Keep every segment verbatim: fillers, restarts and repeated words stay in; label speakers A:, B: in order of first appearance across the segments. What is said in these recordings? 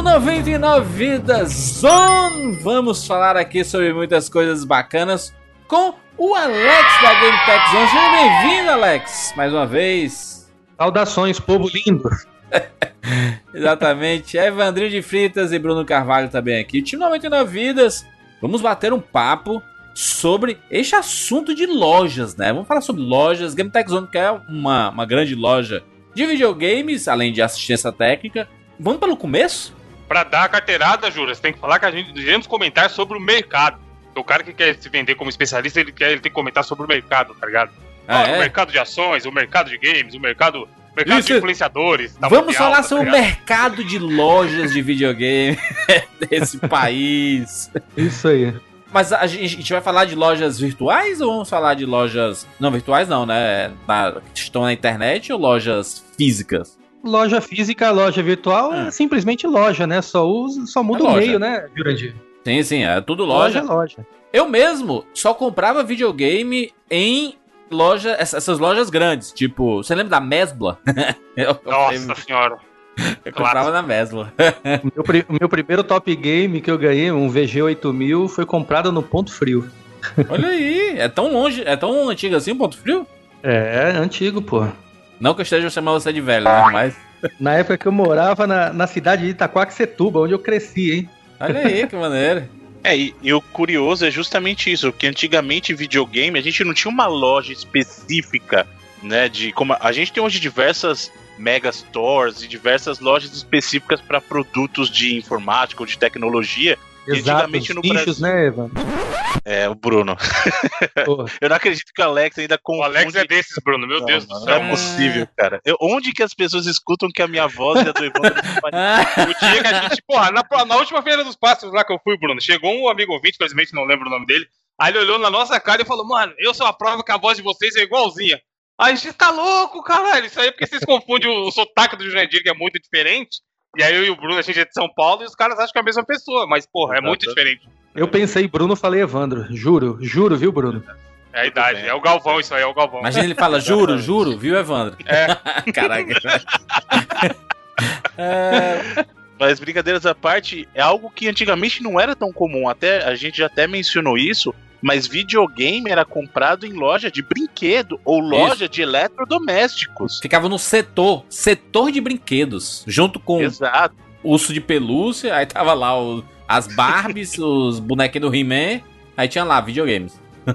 A: noventa e nove Vidas Zone! Vamos falar aqui sobre muitas coisas bacanas com o Alex da Game Tech Zone. Seja bem-vindo, Alex, mais uma vez.
B: Saudações, povo lindo.
A: Exatamente. Evandrinho de Fritas e Bruno Carvalho também aqui. Time noventa e nove Vidas. Vamos bater um papo sobre este assunto de lojas, né? Vamos falar sobre lojas. Game Tech Zone, que é uma, uma grande loja de videogames, além de assistência técnica. Vamos pelo começo?
C: Pra dar a carteirada, Júlia, você tem que falar que a gente devemos comentar sobre o mercado. O cara que quer se vender como especialista, ele quer ele tem que comentar sobre o mercado, tá ligado?
A: Ah,
C: ah,
A: é?
C: O mercado de ações, o mercado de games, o mercado, o mercado
A: Isso.
C: de influenciadores.
A: Vamos
C: mundial,
A: falar
C: tá
A: sobre o
C: ligado?
A: mercado de lojas de videogame desse país.
B: Isso aí.
A: Mas a gente, a gente vai falar de lojas virtuais ou vamos falar de lojas... Não, virtuais não, né? Na, que estão na internet ou lojas físicas?
B: Loja física, loja virtual
A: Ah.
B: é simplesmente loja, né? Só, usa, só muda
A: É
B: o
A: loja.
B: meio, né, Jurandir?
A: Sim, sim, é tudo loja.
B: Loja é loja.
A: Eu mesmo só comprava videogame em loja, essas lojas grandes. Tipo, você lembra da Mesbla? eu,
C: Nossa senhora.
A: eu comprava na Mesbla.
B: O meu, pri- o meu primeiro top game que eu ganhei, um V G oito mil, foi comprado no Ponto Frio.
A: Olha aí, é tão longe, é tão antigo assim o Ponto Frio?
B: É, antigo, pô.
A: Não que eu esteja chamando você de velho, né? Mas...
B: Na época que eu morava na, na cidade de Itaquaquecetuba, onde eu cresci, hein?
A: Olha aí, que maneiro.
D: É, e, e o curioso é justamente isso, que antigamente videogame, a gente não tinha uma loja específica, né, de como a gente tem hoje diversas mega stores e diversas lojas específicas para produtos de informática ou de tecnologia. E
B: Exato,
D: antigamente no
B: bichos,
D: Brasil...
B: né, Evan?
D: É, o Bruno.
B: Pô,
D: Eu não acredito que o Alex ainda confunde...
C: O Alex é desses, Bruno, meu
D: Não,
C: Deus do
D: não,
C: céu.
D: não é possível, cara. Eu, onde que as pessoas escutam que a minha voz e a do Evandro não parecem?
C: O dia que a gente, porra, na, na última Feira dos Pássaros lá que eu fui, Bruno, chegou um amigo ouvinte, infelizmente não lembro o nome dele, aí ele olhou na nossa cara e falou, mano, eu sou a prova que a voz de vocês é igualzinha. Aí a gente tá louco, caralho, isso aí é porque vocês confundem o, o sotaque do Jurandir, que é muito diferente, e aí eu e o Bruno, a gente é de São Paulo, e os caras acham que é a mesma pessoa, mas, porra, é muito diferente.
B: eu pensei Bruno, falei Evandro. Juro, juro, viu, Bruno?
C: É a idade, é o Galvão isso aí, é o Galvão.
A: Imagina ele fala, juro, juro, viu, Evandro?
C: É.
A: Caraca. é...
D: Mas brincadeiras à parte, é algo que antigamente não era tão comum. Até a gente já até mencionou isso, mas videogame era comprado em loja de brinquedo ou loja de eletrodomésticos.
A: Ficava no setor, setor de brinquedos, junto com
D: Exato.
A: urso de pelúcia, aí tava lá o, as Barbies, os bonequinhos do He-Man, aí tinha lá videogames.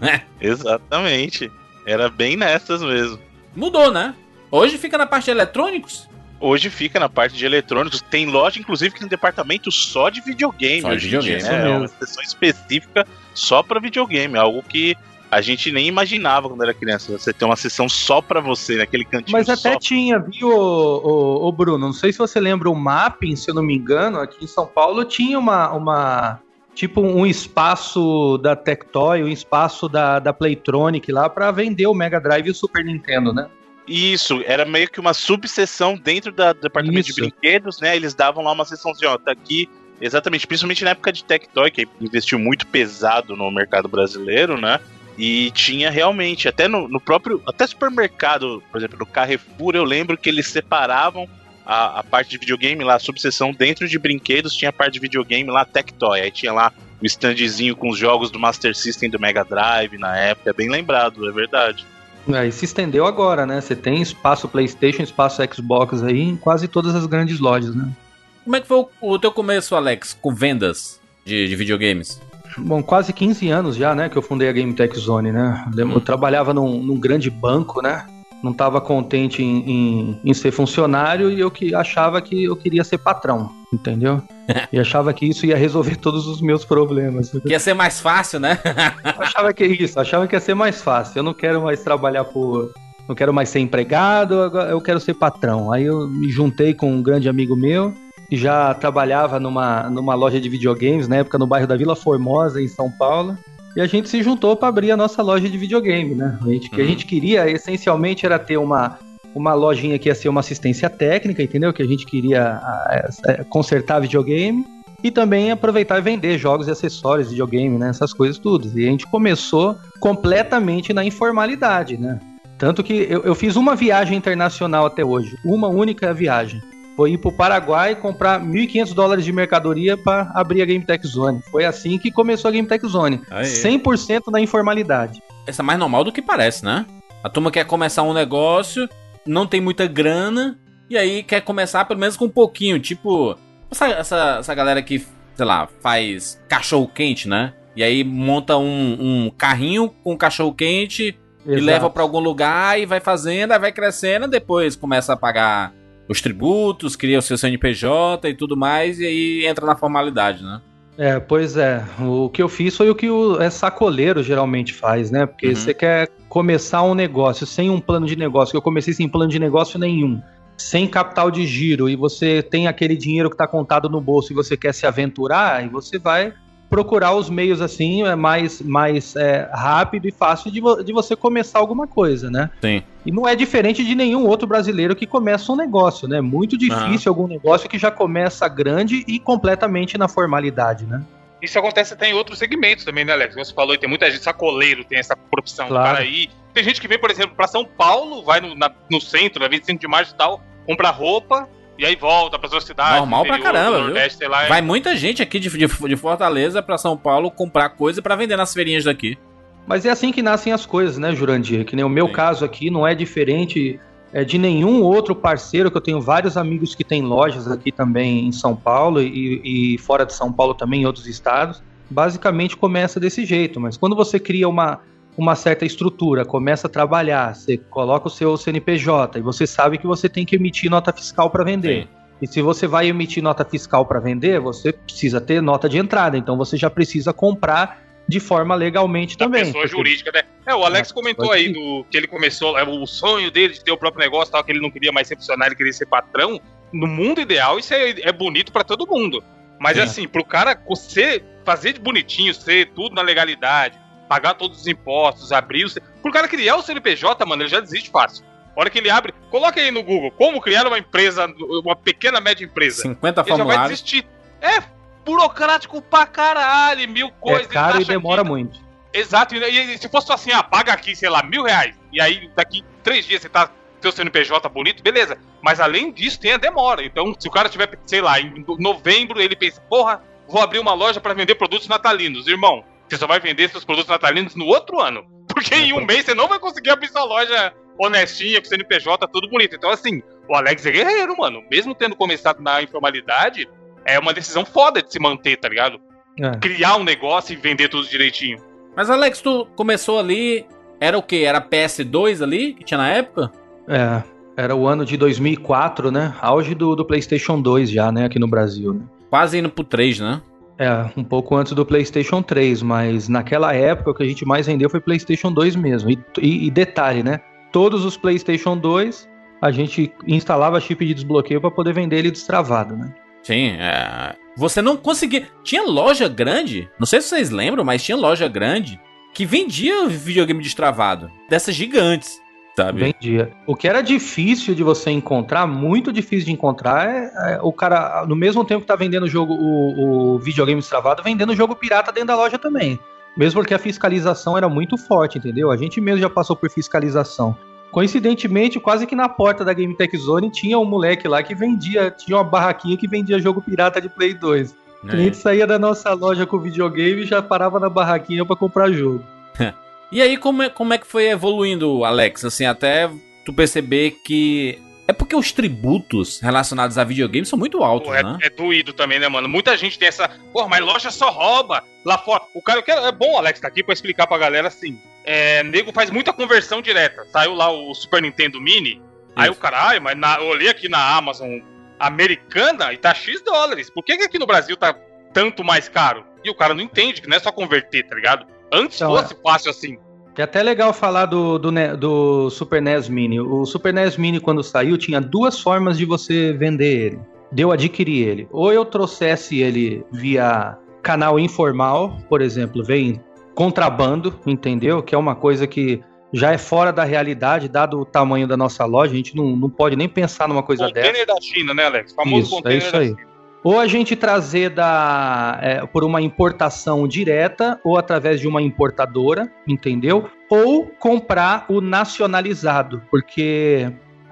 D: Exatamente. Era bem nessas mesmo.
A: Mudou, né? Hoje fica na parte de eletrônicos.
D: Hoje fica na parte de eletrônicos. Tem loja, inclusive, que tem um departamento só de videogame.
A: Só de
D: hoje em dia,
A: videogame,
D: né?
B: isso
D: É uma
B: mesmo.
D: seção específica só pra videogame. Algo que a gente nem imaginava quando era criança. Você ter uma sessão só pra você, naquele cantinho
B: Mas até
D: só.
B: tinha, viu, ô, ô, ô, Bruno? Não sei se você lembra o Mapping, se eu não me engano, aqui em São Paulo tinha uma, uma tipo um espaço da Tectoy, um espaço da, da Playtronic lá pra vender o Mega Drive e o Super Nintendo, né?
D: Isso, era meio que uma subseção dentro da- do departamento
B: Isso.
D: de brinquedos, né? Eles davam lá uma seçãozinha, ó, tá aqui. Exatamente, principalmente na época de Tectoy, que investiu muito pesado no mercado brasileiro, né? E tinha realmente, até no, no próprio, até supermercado, por exemplo, no Carrefour, eu lembro que eles separavam a, a parte de videogame lá, a subseção dentro de brinquedos, tinha a parte de videogame lá, Tectoy, aí tinha lá o standzinho com os jogos do Master System, do Mega Drive na época, é bem lembrado, é verdade.
B: Aí se estendeu agora, né? Você tem espaço PlayStation, espaço Xbox aí em quase todas as grandes lojas, né?
A: Como é que foi o, o teu começo, Alex, com vendas de, de videogames?
B: Bom, quase quinze anos já, né, que eu fundei a Game Tech Zone, né? Eu
A: Hum.
B: trabalhava num, num grande banco, né? Não estava contente em, em, em ser funcionário e eu que achava que eu queria ser patrão, entendeu? E achava que isso ia resolver todos os meus problemas.
A: Que ia ser mais fácil, né?
B: Eu achava que isso, achava que ia ser mais fácil. Eu não quero mais trabalhar por... Não quero mais ser empregado, agora eu quero ser patrão. Aí eu me juntei com um grande amigo meu, que já trabalhava numa, numa loja de videogames, na época no bairro da Vila Formosa, em São Paulo. E a gente se juntou para abrir a nossa loja de videogame, né? A gente, O que a gente queria, essencialmente, era ter uma, uma lojinha que ia ser uma assistência técnica, entendeu? Que a gente queria a, a, consertar videogame e também aproveitar e vender jogos e acessórios de videogame, né? Essas coisas tudo. E a gente começou completamente na informalidade, né? Tanto que eu, eu fiz uma viagem internacional até hoje. Uma única viagem. foi ir pro Paraguai e comprar mil e quinhentos dólares de mercadoria para abrir a Game Tech Zone. Foi assim que começou a Game Tech Zone. Aí. cem por cento na informalidade.
A: Essa é mais normal do que parece, né? A turma quer começar um negócio, não tem muita grana, e aí quer começar pelo menos com um pouquinho. Tipo, essa, essa, essa galera que, sei lá, faz cachorro-quente, né? E aí monta um, um carrinho com cachorro-quente e leva pra algum lugar e vai fazendo, aí vai crescendo, depois começa a pagar os tributos, cria o seu C N P J e tudo mais, e aí entra na formalidade, né?
B: É, pois é. O que eu fiz foi o que o é, sacoleiro geralmente faz, né? Porque uhum. você quer começar um negócio sem um plano de negócio, eu comecei sem plano de negócio nenhum, sem capital de giro, e você tem aquele dinheiro que tá contado no bolso e você quer se aventurar, e você vai procurar os meios assim, é mais, mais é, rápido e fácil de, vo- de você começar alguma coisa, né?
A: Sim.
B: E não é diferente de nenhum outro brasileiro que começa um negócio, né? Muito difícil uhum. algum negócio que já começa grande e completamente na formalidade, né?
C: Isso acontece até em outros segmentos também, né, Alex? Você falou, e tem muita gente, sacoleiro tem essa profissão, claro. Cara aí. Tem gente que vem, por exemplo, pra São Paulo, vai no, na, no centro, na vinte e cinco de março e tal, compra roupa, e aí volta pra sua cidade.
A: Normal
C: interior,
A: pra caramba,
C: Nordeste,
A: viu?
C: Lá,
A: vai muita gente aqui de, de, de Fortaleza pra São Paulo comprar coisa pra vender nas feirinhas daqui.
B: Mas é assim que nascem as coisas, né, Jurandir? Que nem o meu Sim. caso aqui não é diferente é, de nenhum outro parceiro, que eu tenho vários amigos que têm lojas aqui também em São Paulo e, e fora de São Paulo também em outros estados. Basicamente começa desse jeito, mas quando você cria uma, uma certa estrutura, começa a trabalhar, você coloca o seu C N P J e você sabe que você tem que emitir nota fiscal para vender. Sim. E se você vai emitir nota fiscal para vender, você precisa ter nota de entrada, então você já precisa comprar de forma legalmente da também.
C: Pessoa
B: porque...
C: jurídica, né? É, o Alex comentou aí do, que ele começou, é, o sonho dele de ter o próprio negócio, tal, que ele não queria mais ser funcionário, ele queria ser patrão. No mundo ideal, isso é, é bonito para todo mundo. Mas é. assim, pro cara você fazer de bonitinho, ser tudo na legalidade, pagar todos os impostos, abrir o... Pro cara criar o C N P J, mano, ele já desiste fácil. A hora que ele abre, coloca aí no Google, como criar uma empresa, uma pequena, média empresa.
A: cinquenta
C: ele já vai desistir. É burocrático pra caralho, mil coisas.
B: É caro e demora aqui. muito.
C: Exato, e, e se fosse assim, ah, paga aqui, sei lá, mil reais, e aí daqui três dias você tá seu C N P J bonito, beleza. Mas além disso tem a demora. Então, se o cara tiver, sei lá, em novembro, ele pensa, porra, vou abrir uma loja pra vender produtos natalinos. Irmão, você só vai vender seus produtos natalinos no outro ano. Porque em um mês você não vai conseguir abrir sua loja honestinha, com C N P J, tudo bonito. Então, assim, o Alex é guerreiro, mano. Mesmo tendo começado na informalidade, é uma decisão foda de se manter, tá ligado? É. Criar um negócio e vender tudo direitinho.
A: Mas, Alex, tu começou ali, era o quê? Era P S dois ali, que tinha na época?
B: É, era o ano de dois mil e quatro, né? Auge do, do PlayStation dois já, né? Aqui no Brasil, né?
A: Quase indo pro três, né?
B: É, um pouco antes do PlayStation três, mas naquela época o que a gente mais vendeu foi PlayStation dois mesmo. E, e, e detalhe, né? Todos os PlayStation dois, a gente instalava chip de desbloqueio para poder vender ele destravado, né?
A: Sim, é... Você não conseguia... Tinha loja grande, não sei se vocês lembram, mas tinha loja grande que vendia videogame destravado. Dessas gigantes, sabe?
B: Vendia. O que era difícil de você encontrar, muito difícil de encontrar, é, é o cara, no mesmo tempo que tá vendendo o jogo, o, o videogame destravado, vendendo o jogo pirata dentro da loja também. Mesmo porque a fiscalização era muito forte, entendeu? A gente mesmo já passou por fiscalização. Coincidentemente, quase que na porta da Game Tech Zone tinha um moleque lá que vendia, tinha uma barraquinha que vendia jogo pirata de Play dois. É. A gente saía da nossa loja com videogame e já parava na barraquinha pra comprar jogo.
A: E aí, como é, como é que foi evoluindo, Alex? Assim, até tu perceber que... É porque os tributos relacionados a videogame são muito altos,
C: Pô, é,
A: né?
C: É doído também, né, mano? Muita gente tem essa... Pô, mas loja só rouba lá fora. O cara... É bom o Alex tá aqui pra explicar pra galera assim. É, nego faz muita conversão direta. Saiu lá o Super Nintendo Mini. Isso. Aí o cara... Ai, mas na, eu olhei aqui na Amazon americana e tá X dólares. Por que que aqui no Brasil tá tanto mais caro? E o cara não entende que não é só converter, tá ligado? Antes então, fosse é... fácil assim.
B: É até legal falar do, do, do Super N E S Mini. O Super N E S Mini, quando saiu, tinha duas formas de você vender ele, de eu adquirir ele. Ou eu trouxesse ele via canal informal, por exemplo, vem contrabando, entendeu? Que é uma coisa que já é fora da realidade, dado o tamanho da nossa loja. A gente não, não pode nem pensar numa coisa dessa.
C: Container da China, né, Alex? O famoso
B: isso,
C: container
B: é isso
C: da
B: aí.
C: China.
B: Ou a gente trazer da, é, por uma importação direta, ou através de uma importadora, entendeu? Ou comprar o nacionalizado, porque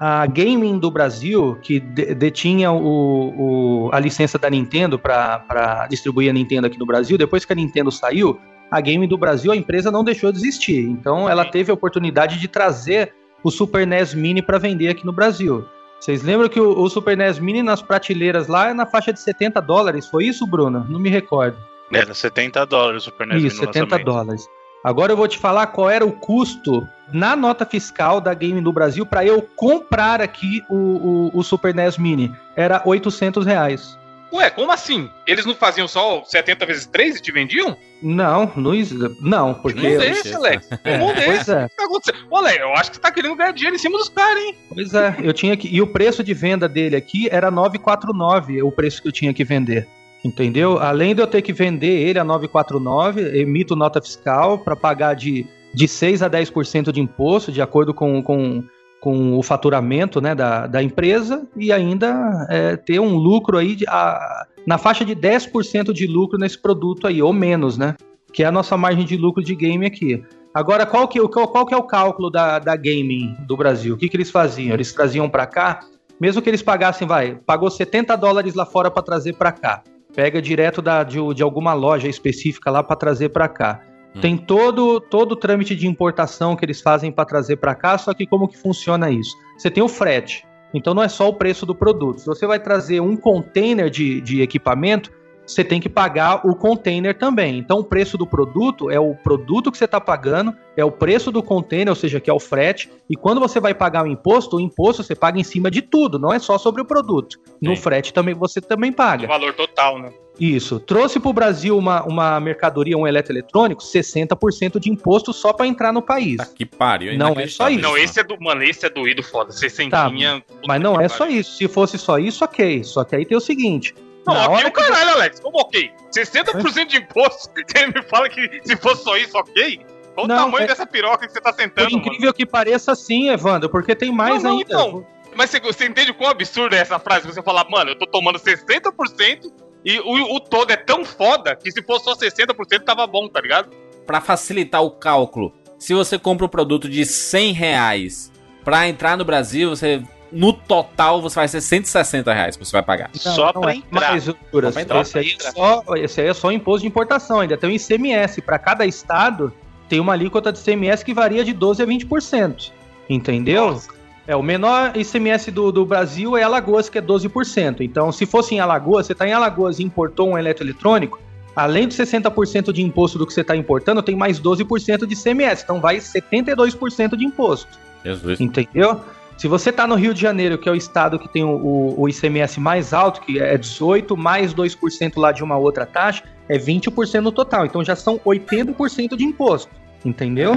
B: a Gaming do Brasil, que de, detinha o, o, a licença da Nintendo para distribuir a Nintendo aqui no Brasil, depois que a Nintendo saiu, a Gaming do Brasil, a empresa não deixou de existir. Então ela teve a oportunidade de trazer o Super N E S Mini para vender aqui no Brasil. Vocês lembram que o, o Super N E S Mini nas prateleiras lá é na faixa de setenta dólares? Foi isso, Bruno? Não me recordo.
D: Era setenta dólares o Super N E S
B: Isso,
D: Mini no
B: setenta dólares. Agora eu vou te falar qual era o custo na nota fiscal da Game do Brasil para eu comprar aqui o, o, o Super N E S Mini. Era oitocentos reais.
C: Ué, como assim? Eles não faziam só setenta vezes três e te vendiam?
B: Não, não, não porque...
C: Não deixa, Alex.
B: É,
C: Não
B: pois
C: deixa.
B: é.
C: O que tá acontecendo? Ô, Alex, eu acho que você tá querendo ganhar dinheiro em cima dos caras, hein?
B: Pois é, eu tinha que... E o preço de venda dele aqui era novecentos e quarenta e nove, o preço que eu tinha que vender. Entendeu? Além de eu ter que vender ele a novecentos e quarenta e nove, emito nota fiscal para pagar de, de seis a dez por cento de imposto, de acordo com, com, com o faturamento, né, da, da empresa, e ainda é, ter um lucro aí de, a, na faixa de dez por cento de lucro nesse produto aí, ou menos, né? Que é a nossa margem de lucro de game aqui. Agora, qual que, qual, qual que é o cálculo da, da Gaming do Brasil? O que, que eles faziam? Eles traziam para cá, mesmo que eles pagassem, vai, pagou setenta dólares lá fora para trazer para cá. Pega direto da, de, de alguma loja específica lá para trazer para cá. Hum. Tem todo, todo o trâmite de importação que eles fazem para trazer para cá, só que como que funciona isso? Você tem o frete, então não é só o preço do produto. Se você vai trazer um container de, de equipamento, você tem que pagar o container também. Então o preço do produto é o produto que você está pagando, é o preço do container, ou seja, que é o frete, e quando você vai pagar o imposto, o imposto você paga em cima de tudo, não é só sobre o produto. No Sim. frete também você também paga.
C: O valor total, né?
B: Isso. Trouxe para o Brasil uma, uma mercadoria, um eletroeletrônico, sessenta por cento de imposto só para entrar no país.
A: Tá que pariu.
B: Não é só isso.
C: Não, esse é do, mano, esse é doído foda. Sessentinha.
B: Tá, mas não é só isso. Se fosse só isso, ok. Só que aí tem o seguinte...
C: Não, ok hora o caralho, que... Alex. Como ok? sessenta por cento de imposto. Você me fala que se fosse só isso, ok? Qual não, o tamanho é... dessa piroca que você tá sentando,
B: Por incrível
C: mano?
B: que pareça, sim, Evandro, porque tem mais
C: não, não,
B: ainda.
C: Então. Mas você, você entende o quão absurda é essa frase? Você falar, mano, eu tô tomando sessenta por cento e o, o todo é tão foda que se fosse só sessenta por cento tava bom, tá ligado?
A: Pra facilitar o cálculo, se você compra um produto de cem reais pra entrar no Brasil, você... No total, você vai ser cento e sessenta reais que você vai pagar.
D: Não, só pra
B: é
D: entrar.
B: Mais, Uras, esse, aí é só, esse aí é só imposto de importação. Ainda tem o I C M S. Para cada estado, tem uma alíquota de I C M S que varia de doze a vinte por cento. Entendeu? Nossa. É, o menor I C M S do, do Brasil é Alagoas, que é doze por cento. Então, se fosse em Alagoas, você está em Alagoas e importou um eletroeletrônico, além de sessenta por cento de imposto do que você está importando, tem mais doze por cento de I C M S. Então, vai setenta e dois por cento de imposto. Jesus. Entendeu? Se você está no Rio de Janeiro, que é o estado que tem o, o, o I C M S mais alto, que é dezoito por cento, mais dois por cento lá de uma outra taxa, é vinte por cento no total. Então já são oitenta por cento de imposto. Entendeu?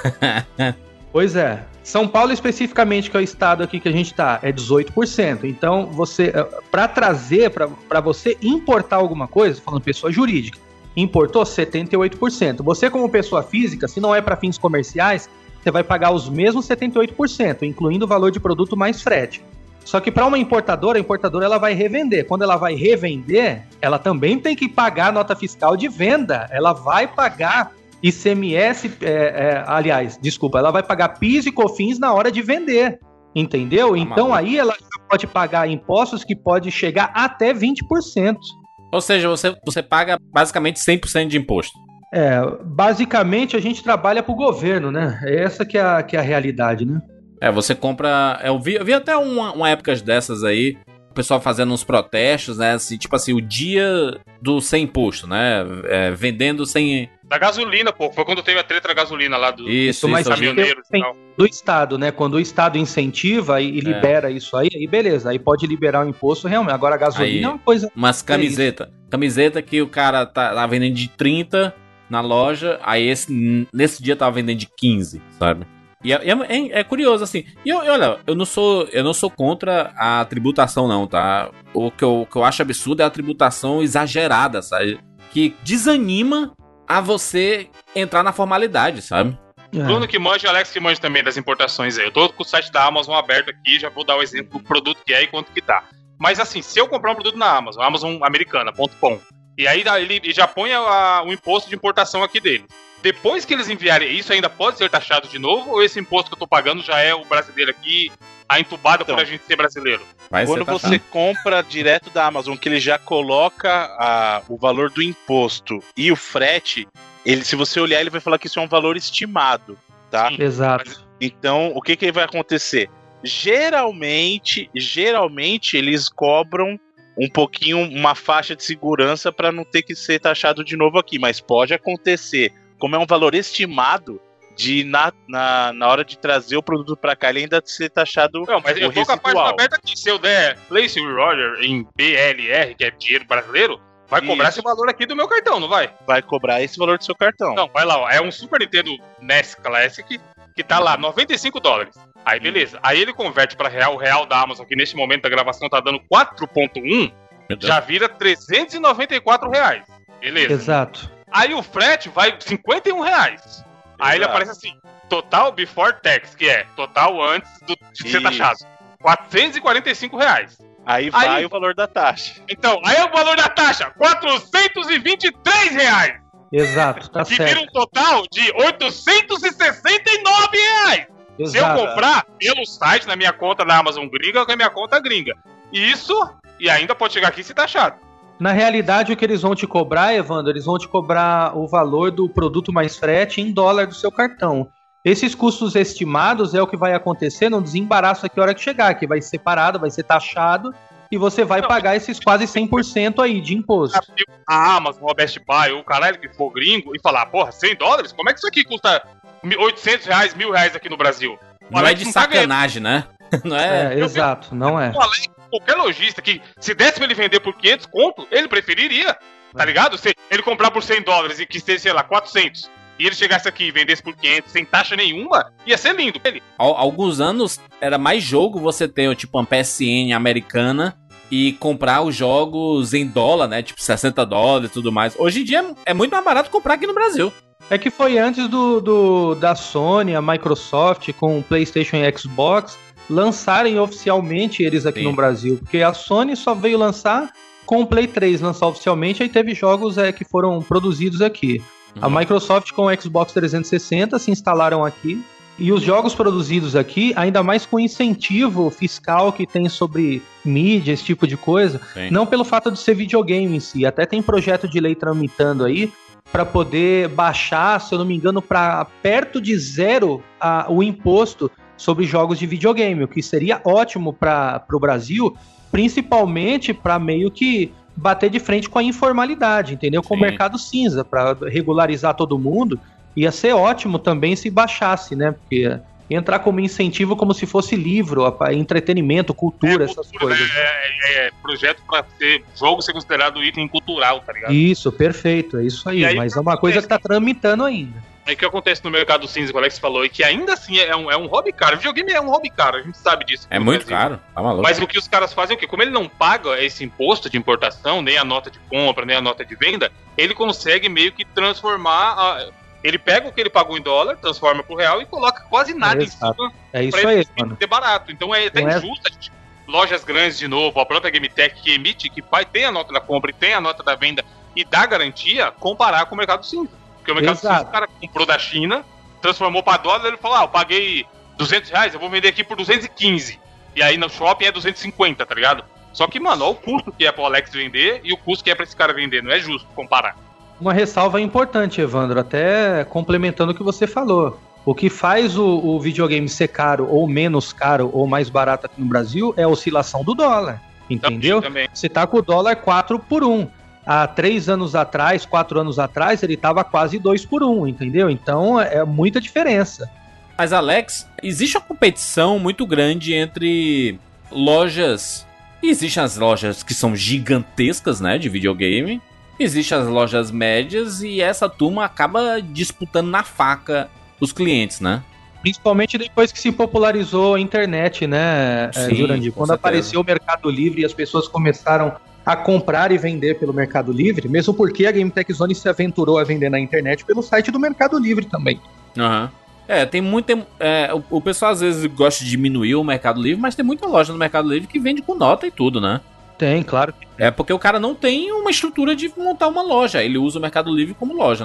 B: Pois é. São Paulo especificamente, que é o estado aqui que a gente está, é dezoito por cento. Então, você, para trazer, para você importar alguma coisa, falando pessoa jurídica, importou setenta e oito por cento. Você como pessoa física, se não é para fins comerciais, você vai pagar os mesmos setenta e oito por cento, incluindo o valor de produto mais frete. Só que para uma importadora, a importadora ela vai revender. Quando ela vai revender, ela também tem que pagar a nota fiscal de venda. Ela vai pagar I C M S, é, é, aliás, desculpa, ela vai pagar PIS e COFINS na hora de vender. Entendeu? Ah, então maluco. Aí ela pode pagar impostos que pode chegar até vinte por cento.
A: Ou seja, você, você paga basicamente cem por cento de imposto.
B: É, basicamente a gente trabalha pro governo, né? Essa que é a, que é a realidade, né?
A: É, você compra... Eu vi, eu vi até uma, uma época dessas aí, o pessoal fazendo uns protestos, né? Assim, tipo assim, o dia do sem imposto, né? É, vendendo sem...
C: Da gasolina, pô. Foi quando teve a treta da gasolina lá do,
A: isso,
C: dos
A: isso,
C: caminhoneiros e tal.
B: Do Estado, né? Quando o Estado incentiva e, e libera é. isso aí, aí beleza. Aí pode liberar o imposto realmente. Agora a gasolina aí, é uma coisa...
A: Umas camiseta. É camiseta que o cara tá, tá vendendo de trinta... na loja, aí esse, nesse dia tava vendendo de quinze, sabe? E é, é, é curioso, assim. E eu, olha, eu não sou eu não sou contra a tributação, não, tá? O que eu, o que eu acho absurdo é a tributação exagerada, sabe? Que desanima a você entrar na formalidade, sabe?
C: É. Bruno que manja e Alex que manja também das importações aí. Eu tô com o site da Amazon aberto aqui, já vou dar o exemplo do produto que é e quanto que tá. Mas assim, se eu comprar um produto na Amazon, amazon americana ponto com, e aí ele já põe a, o imposto de importação aqui dele. Depois que eles enviarem isso, ainda pode ser taxado de novo? Ou esse imposto que eu tô pagando já é o brasileiro aqui A entubada
D: Então.
C: por a gente ser brasileiro.
A: Vai
D: Quando
A: ser
D: você
A: taxado.
D: compra direto da Amazon, que ele já coloca a, o valor do imposto e o frete, ele, se você olhar, ele vai falar que isso é um valor estimado, tá?
C: Sim.
B: Exato.
D: Então, o que que vai acontecer? Geralmente, geralmente eles cobram um pouquinho, uma faixa de segurança para não ter que ser taxado de novo aqui, mas pode acontecer, como é um valor estimado, de na, na, na hora de trazer o produto para cá, ele ainda ser taxado
C: Não, mas
D: o
C: eu tô com a página
D: residual.
C: aberta aqui. Se eu der Place Your Order em B L R, que é dinheiro brasileiro, vai cobrar
D: Isso.
C: esse valor aqui do meu cartão, não vai?
D: Vai cobrar esse valor do seu cartão.
C: Não, vai lá, ó. É um Super Nintendo N E S Classic que tá lá, noventa e cinco dólares. Aí, beleza. Aí ele converte pra real, o real da Amazon, que neste momento da gravação tá dando quatro ponto um,
A: Meu Deus.
C: já vira trezentos e noventa e quatro reais. Beleza.
B: Exato.
C: Aí o frete vai cinquenta e um reais. Aí ele
D: Exato.
C: aparece assim, total before tax, que é total antes do, de ser
D: Isso.
C: taxado. quatrocentos e quarenta e cinco reais.
D: Aí vai
C: Aí-
D: o valor da taxa.
C: Então, aí é o valor da taxa, quatrocentos e vinte e três reais.
B: Exato, tá
C: Que vira
B: certo.
C: um total de oitocentos e sessenta e nove reais. Se eu
B: Exato.
C: comprar pelo site, na minha conta da Amazon gringa, com a minha conta gringa. Isso, e ainda pode chegar aqui e ser taxado.
B: Na realidade, o que eles vão te cobrar, Evandro, eles vão te cobrar o valor do produto mais frete em dólar do seu cartão. Esses custos estimados é o que vai acontecer no desembaraço aqui a hora que chegar, que vai ser separado, vai ser taxado, e você vai
C: Não.
B: pagar esses quase cem por cento aí de imposto.
C: A Amazon, a Best Buy, ou o caralho que for gringo, e falar, porra, cem dólares? Como é que isso aqui custa oitocentos reais, mil reais aqui no Brasil? O
A: Não é
C: Alex
A: de
C: não tá ganhando.
A: sacanagem, né? Não é?
B: É, exato, não é.
C: O Alex, qualquer lojista que, se desse pra ele vender por quinhentos conto, ele preferiria, tá ligado? Se ele comprar por cem dólares e quisesse, sei lá, quatrocentos, e ele chegasse aqui e vendesse por quinhentos sem taxa nenhuma, ia ser lindo. Ele,
A: Há alguns anos era mais jogo você ter tipo uma P S N americana e comprar os jogos em dólar, né? Tipo sessenta dólares e tudo mais. Hoje em dia é muito mais barato comprar aqui no Brasil.
B: É que foi antes do, do da Sony, a Microsoft, com o PlayStation e Xbox, lançarem oficialmente eles aqui
A: Sim.
B: no Brasil. Porque a Sony só veio lançar com o Play três, lançar oficialmente, aí teve jogos é, que foram produzidos aqui. A
A: Uhum.
B: Microsoft com o Xbox trezentos e sessenta se instalaram aqui. E os jogos produzidos aqui, ainda mais com o incentivo fiscal que tem sobre mídia, esse tipo de coisa,
A: Sim.
B: não pelo fato de ser videogame em si, até tem projeto de lei tramitando aí para poder baixar, se eu não me engano, para perto de zero a, o imposto sobre jogos de videogame, o que seria ótimo para o Brasil, principalmente para meio que bater de frente com a informalidade, entendeu? Com o
A: Sim.
B: mercado cinza, para regularizar todo mundo. Ia ser ótimo também se baixasse, né? Porque entrar como incentivo como se fosse livro, a- entretenimento, cultura,
C: é,
B: essas
C: cultura,
B: coisas.
C: é, é, é projeto pra ser jogo ser considerado item cultural, tá ligado?
B: Isso, perfeito, é isso aí.
C: E aí,
B: Mas é uma coisa que tá tramitando ainda.
C: É que acontece no mercado cinza, que o Alex falou, e que ainda assim é um, é um hobby caro. Videogame é um hobby caro, a gente sabe disso.
A: É
C: no
A: muito
C: Brasil.
A: caro, tá maluco.
C: Mas o que os caras fazem é o quê? Como ele não paga esse imposto de importação, nem a nota de compra, nem a nota de venda, ele consegue meio que transformar. A... Ele pega o que ele pagou em dólar, transforma pro real e coloca quase nada em
B: Exato.
C: cima
B: É isso
C: pra
B: aí,
C: ele
B: mano.
C: ser barato. Então é até
B: Não é-
C: injusto a gente. Lojas grandes de novo, a própria GameTech que emite, que vai, tem a nota da compra e tem a nota da venda e dá garantia, comparar com o mercado cinza. Porque o mercado
B: Exato.
C: cinza, o cara comprou da China, transformou para dólar, ele falou, ah, eu paguei duzentos reais, eu vou vender aqui por duzentos e quinze. E aí no shopping é duzentos e cinquenta, tá ligado? Só que, mano, olha o custo que é pro Alex vender e o custo que é pra esse cara vender, não é justo comparar.
B: Uma ressalva importante, Evandro, até complementando o que você falou. O que faz o, o videogame ser caro ou menos caro ou mais barato aqui no Brasil é a oscilação do dólar, entendeu?
C: Também.
B: Você tá com o dólar quatro por um. Há três anos atrás, quatro anos atrás, ele tava quase dois por um, entendeu? Então é muita diferença.
A: Mas, Alex, existe uma competição muito grande entre lojas. Existem as lojas que são gigantescas, né, de videogame. Existem as lojas médias e essa turma acaba disputando na faca os clientes, né?
B: Principalmente depois que se popularizou a internet, né, é,
A: Sim,
B: Jurandir?
A: com
B: Quando
A: certeza.
B: apareceu o Mercado Livre e as pessoas começaram a comprar e vender pelo Mercado Livre, mesmo porque a GameTech Zone se aventurou a vender na internet pelo site do Mercado Livre também.
A: Aham. É, tem muito. tem- é, o, o pessoal às vezes gosta de diminuir o Mercado Livre, mas tem muita loja no Mercado Livre que vende com nota e tudo, né?
B: Tem, claro.
A: É porque o cara não tem uma estrutura de montar uma loja. Ele usa o Mercado Livre como loja, né?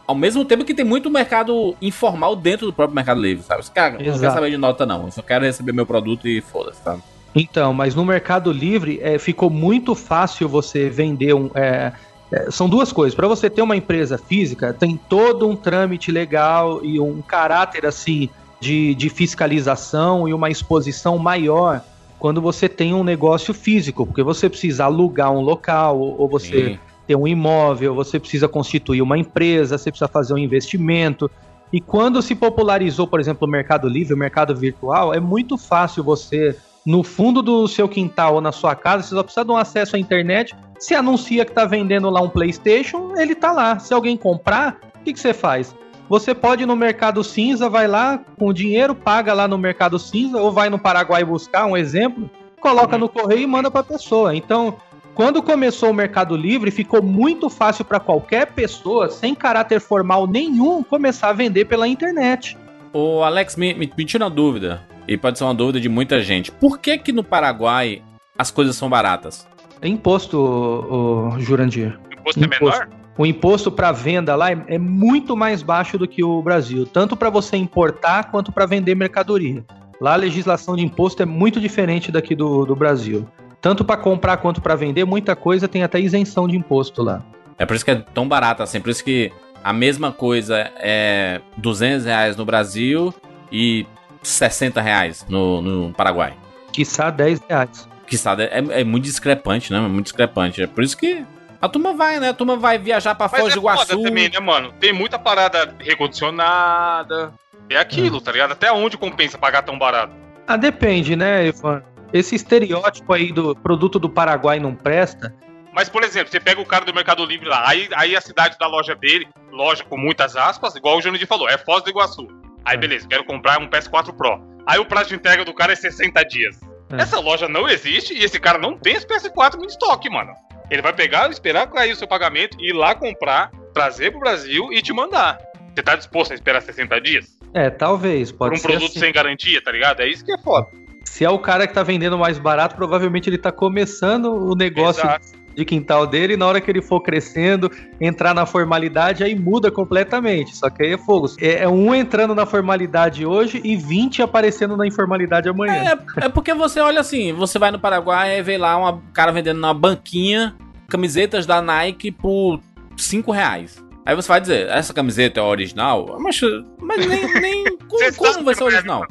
A: Ao mesmo tempo que tem muito mercado informal dentro do próprio Mercado Livre, sabe? Cara, eu não quero saber de nota não, eu só quero receber meu produto e foda-se, sabe?
B: Então, mas no Mercado Livre é, ficou muito fácil você vender um... É, é, são duas coisas. Para você ter uma empresa física, tem todo um trâmite legal e um caráter assim de, de fiscalização e uma exposição maior quando você tem um negócio físico, porque você precisa alugar um local ou você Sim. ter um imóvel, você precisa constituir uma empresa, você precisa fazer um investimento. E quando se popularizou, por exemplo, o Mercado Livre, o mercado virtual, é muito fácil você... no fundo do seu quintal ou na sua casa, você só precisa de um acesso à internet, se anuncia que está vendendo lá um PlayStation, ele está lá. Se alguém comprar, o que, que você faz? Você pode ir no Mercado Cinza, vai lá com o dinheiro, paga lá no Mercado Cinza, ou vai no Paraguai buscar, um exemplo, coloca no correio e manda para a pessoa. Então, quando começou o Mercado Livre, ficou muito fácil para qualquer pessoa, sem caráter formal nenhum, começar a vender pela internet.
A: Ô Alex, me, me, me tira uma dúvida. E pode ser uma dúvida de muita gente. Por que que no Paraguai as coisas são baratas?
B: É imposto, o, o Jurandir.
C: O imposto, imposto é menor?
B: O imposto para venda lá é, é muito mais baixo do que o Brasil. Tanto para você importar, quanto para vender mercadoria. Lá a legislação de imposto é muito diferente daqui do, do Brasil. Tanto para comprar, quanto para vender, muita coisa tem até isenção de imposto lá.
A: É por isso que é tão barato assim. Por isso que a mesma coisa é duzentos reais no Brasil e... sessenta reais no, no Paraguai.
B: Quiçá dez reais.
A: Quiçá, é, é muito discrepante, né? É muito discrepante. É por isso que a turma vai, né? A turma vai viajar pra Foz do Iguaçu.
C: Foda também, né, mano? Tem muita parada recondicionada. É aquilo, hum. tá ligado? Até onde compensa pagar tão barato?
B: Ah, depende, né, Ivan? Esse estereótipo aí do produto do Paraguai não presta.
C: Mas, por exemplo, você pega o cara do Mercado Livre lá, aí, aí a cidade da loja dele, loja com muitas aspas, igual o Jurandir falou, é Foz do Iguaçu. Aí beleza, quero comprar um P S quatro Pro. Aí o prazo de entrega do cara é sessenta dias. É. Essa loja não existe e esse cara não tem esse P S quatro em estoque, mano. Ele vai pegar, esperar cair o seu pagamento, ir lá comprar, trazer pro Brasil e te mandar. Você tá disposto a esperar sessenta dias?
B: É, talvez, pode ser.
C: Por um produto
B: assim.
C: sem garantia, tá ligado? É isso que é foda.
B: Se é o cara que tá vendendo mais barato, provavelmente ele tá começando o negócio Exato. de quintal dele, e na hora que ele for crescendo, entrar na formalidade, aí muda completamente. Só que aí é fogo. É, é um entrando na formalidade hoje e vinte aparecendo na informalidade amanhã.
A: É, é porque você olha assim, você vai no Paraguai e vê lá um cara vendendo na banquinha camisetas da Nike por cinco reais. Aí você vai dizer, essa camiseta é original? Mas, mas nem, nem como, como vai ser original?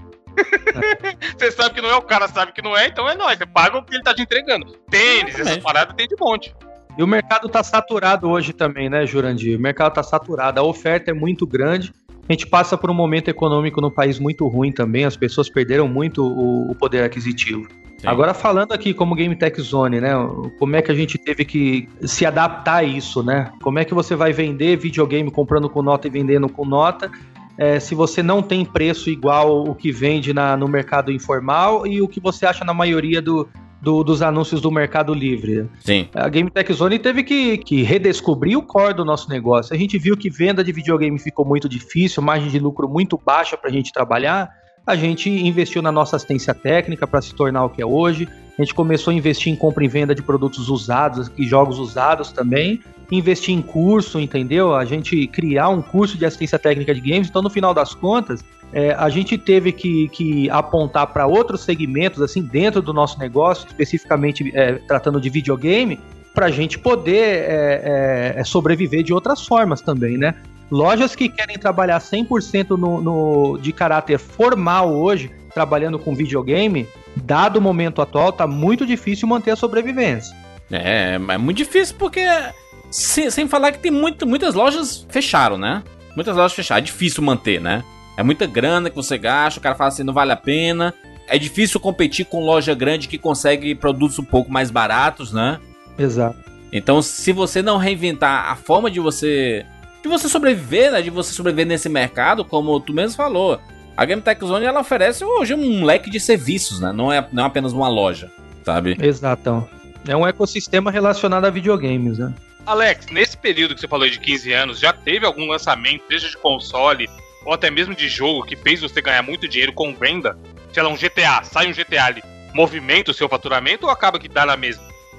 C: Você sabe que não é, o cara sabe que não é, então é nóis. Você paga o que ele tá te entregando. Tênis, essas paradas tem de monte.
B: E o mercado tá saturado hoje também, né, Jurandir? O mercado tá saturado, a oferta é muito grande. A gente passa por um momento econômico no país muito ruim também, as pessoas perderam muito o, o poder aquisitivo. Sim. Agora falando aqui como Game Tech Zone, né, como é que a gente teve que se adaptar a isso, né? Como é que você vai vender videogame comprando com nota e vendendo com nota, é, se você não tem preço igual o que vende na, no mercado informal e o que você acha na maioria do, do, dos anúncios do Mercado Livre.
A: Sim.
B: A Game Tech Zone teve que, que redescobrir o core do nosso negócio. A gente viu que venda de videogame ficou muito difícil, margem de lucro muito baixa para a gente trabalhar. A gente investiu na nossa assistência técnica para se tornar o que é hoje. A gente começou a investir em compra e venda de produtos usados, e jogos usados também. Investir em curso, entendeu? A gente criar um curso de assistência técnica de games. Então, no final das contas, é, a gente teve que, que apontar para outros segmentos, assim, dentro do nosso negócio, especificamente é, tratando de videogame, para a gente poder é, é, sobreviver de outras formas também, né? Lojas que querem trabalhar cem por cento no, no, de caráter formal hoje, trabalhando com videogame, dado o momento atual, tá muito difícil manter a sobrevivência.
A: É, é muito difícil porque, sem, sem falar que tem muito, muitas lojas fecharam, né? Muitas lojas fecharam, é difícil manter, né? É muita grana que você gasta, o cara fala assim, não vale a pena. É difícil competir com loja grande que consegue produtos um pouco mais baratos, né?
B: Exato.
A: Então, se você não reinventar a forma de você... de você sobreviver, né? De você sobreviver nesse mercado, como tu mesmo falou. A Game Tech Zone, ela oferece hoje um leque de serviços, né? Não é, não é apenas uma loja, sabe?
B: Exato. É um ecossistema relacionado a videogames, né?
C: Alex, nesse período que você falou de quinze anos, já teve algum lançamento, seja de console ou até mesmo de jogo, que fez você ganhar muito dinheiro com venda? Sei lá, um G T A, sai um G T A ali, movimenta o seu faturamento ou acaba que dá na mesma?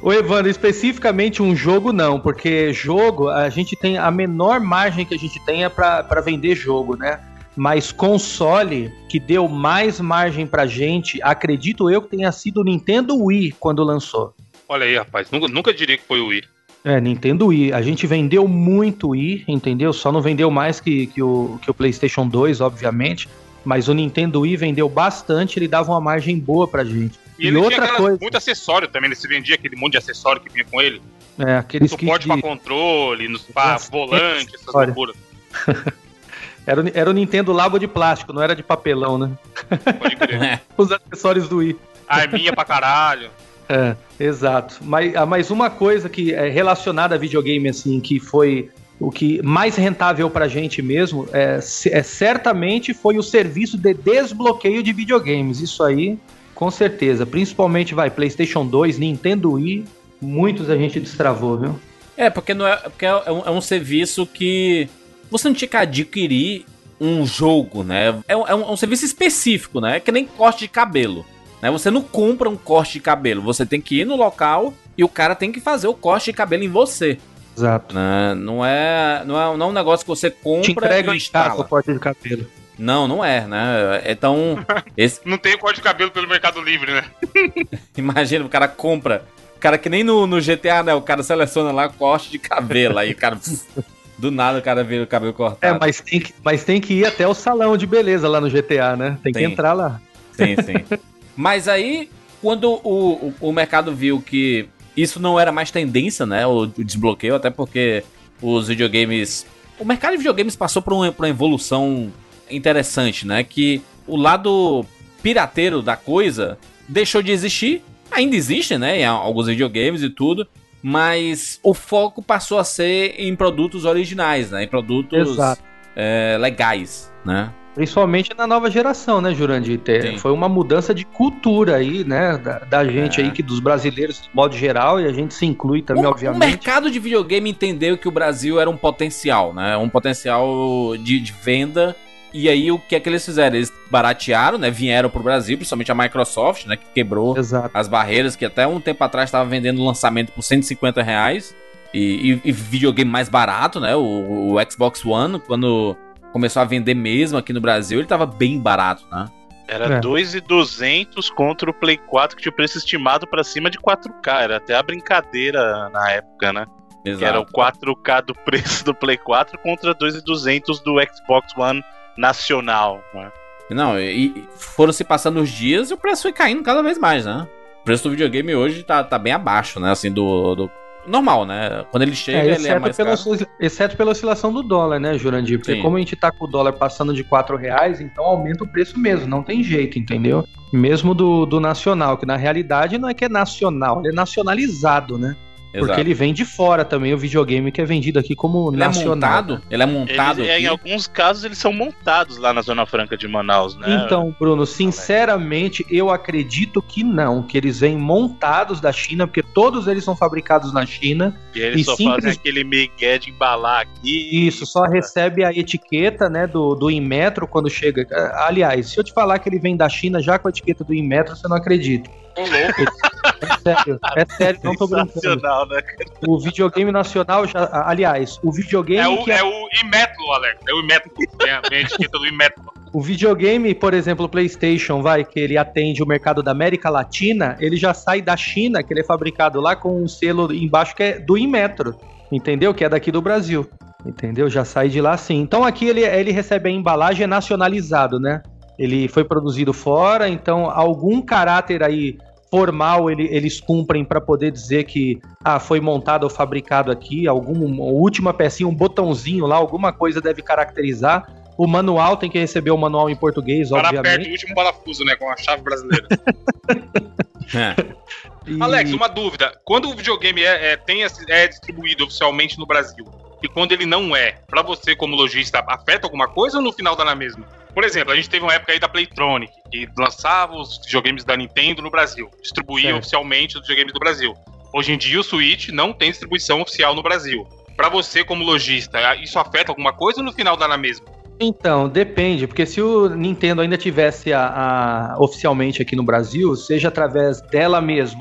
B: Ô, Evandro, especificamente um jogo não, porque jogo, a gente tem a menor margem que a gente tem é pra, pra vender jogo, né? Mas console que deu mais margem pra gente, acredito eu que tenha sido o Nintendo Wii quando lançou.
C: Olha aí, rapaz, nunca, nunca diria que foi o Wii.
B: É, Nintendo Wii. A gente vendeu muito Wii, entendeu? Só não vendeu mais que, que, o, que o PlayStation dois, obviamente. Mas o Nintendo Wii vendeu bastante, ele dava uma margem boa pra gente.
C: E, e ele outra tinha coisa... muito acessório também, ele se vendia aquele monte de acessório que vinha com ele.
B: É, aqueles
C: suporte de... pra controle, nos pra volante, essas loucuras.
B: Era o, era o Nintendo Labo de plástico, não era de papelão, né?
C: Pode crer.
B: Os acessórios do Wii.
C: Arminha pra caralho.
B: É, exato. Mas, mas uma coisa que é relacionada a videogame, assim, que foi o que mais rentável pra gente mesmo, é, é, certamente foi o serviço de desbloqueio de videogames. Isso aí, com certeza. Principalmente, vai, PlayStation dois, Nintendo Wii, muitos a gente destravou, viu? É,
A: porque, não é, porque é, um, é um serviço que você não tinha que adquirir um jogo, né? É um, é um, é um serviço específico, né? É que nem corte de cabelo. Né? Você não compra um corte de cabelo, você tem que ir no local e o cara tem que fazer o corte de cabelo em você.
B: Exato.
A: Né? Não, é, não, é, não é um negócio que você compra e instala.
B: O corte de cabelo.
A: Não, não é, né? Então. Esse...
C: Não tem corte de cabelo pelo Mercado Livre, né?
A: Imagina, o cara compra. O cara que nem no, no G T A, né? O cara seleciona lá corte de cabelo. Aí o cara. Do nada o cara vê o cabelo cortado.
B: É, mas tem, que, mas tem que ir até o salão de beleza lá no G T A, né? Tem, tem. que entrar lá.
A: Sim, sim. Mas aí, quando o, o, o mercado viu que isso não era mais tendência, né? O, o desbloqueio, até porque os videogames... O mercado de videogames passou por uma, por uma evolução interessante, né? Que o lado pirateiro da coisa deixou de existir. Ainda existe, né? Em alguns videogames e tudo. Mas o foco passou a ser em produtos originais, né? Em produtos é, legais, né?
B: Principalmente na nova geração, né, Jurandir? Sim. Foi uma mudança de cultura aí, né, da, da gente é. aí, que dos brasileiros de modo geral, e a gente se inclui também,
A: o,
B: obviamente.
A: O mercado de videogame entendeu que o Brasil era um potencial, né, um potencial de, de venda, e aí o que é que eles fizeram? Eles baratearam, né, vieram pro Brasil, principalmente a Microsoft, né, que quebrou Exato. as barreiras, que até um tempo atrás estava vendendo o lançamento por cento e cinquenta reais, e, e, e videogame mais barato, né, o, o Xbox One, quando... começou a vender mesmo aqui no Brasil, ele tava bem barato, né?
D: Era é. dois mil e duzentos contra o Play quatro, que tinha o preço estimado pra cima de quatro K. Era até a brincadeira na época, né? Exato. Que era o quatro K do preço do Play quatro contra dois mil e duzentos do Xbox One nacional, né?
A: Não, e foram se passando os dias e o preço foi caindo cada vez mais, né? O preço do videogame hoje tá, tá bem abaixo, né? Assim, do... do... normal, né? Quando ele chega, é, ele é mais
B: pela,
A: caro.
B: Exceto pela oscilação do dólar, né, Jurandir? Porque Sim. como a gente tá com o dólar passando de quatro reais, então aumenta o preço mesmo, não tem jeito, entendeu? Mesmo do, do nacional, que na realidade não é que é nacional, ele é nacionalizado, né? Exato. Porque ele vem de fora também, o videogame que é vendido aqui como
A: ele
B: nacional.
A: É montado? Ele é montado
D: ele, é,
A: aqui?
D: Em alguns casos eles são montados lá na Zona Franca de Manaus, né?
B: Então, Bruno, sinceramente, eu acredito que não, que eles vêm montados da China, porque todos eles são fabricados na China.
D: E eles e só simples... fazem aquele migué de embalar aqui.
B: Isso, só recebe a etiqueta, né, do, do Inmetro quando chega. Aliás, se eu te falar que ele vem da China já com a etiqueta do Inmetro, você não acredita.
C: Ô, louco.
B: É sério, é sério, não tô brincando.
D: Né?
B: O videogame nacional já. Aliás, o videogame.
C: É o,
B: que
C: é... é o Inmetro, Alex. É o Inmetro. Tem a, tem a etiqueta do Inmetro.
B: O videogame, por exemplo, o PlayStation, vai, que ele atende o mercado da América Latina, ele já sai da China, que ele é fabricado lá com um selo embaixo que é do Inmetro, entendeu? Que é daqui do Brasil, entendeu? Já sai de lá sim. Então aqui ele, ele recebe a embalagem nacionalizado, né? Ele foi produzido fora, então algum caráter aí formal ele, eles cumprem para poder dizer que ah, foi montado ou fabricado aqui, alguma última pecinha, um botãozinho lá, alguma coisa deve caracterizar. O manual tem que receber o manual em português, para obviamente. Para perto
C: do último parafuso, né, com a chave brasileira. é. e... Alex, uma dúvida. Quando o videogame é, é, tem, é distribuído oficialmente no Brasil, e quando ele não é, para você como lojista, afeta alguma coisa ou no final dá na mesma? Por exemplo, a gente teve uma época aí da Playtronic, que lançava os videogames da Nintendo no Brasil, distribuía é. oficialmente os videogames do Brasil. Hoje em dia o Switch não tem distribuição oficial no Brasil. Para você como lojista, isso afeta alguma coisa ou no final dá na mesma?
B: Então, depende, porque se o Nintendo ainda tivesse a, a, oficialmente aqui no Brasil, seja através dela mesmo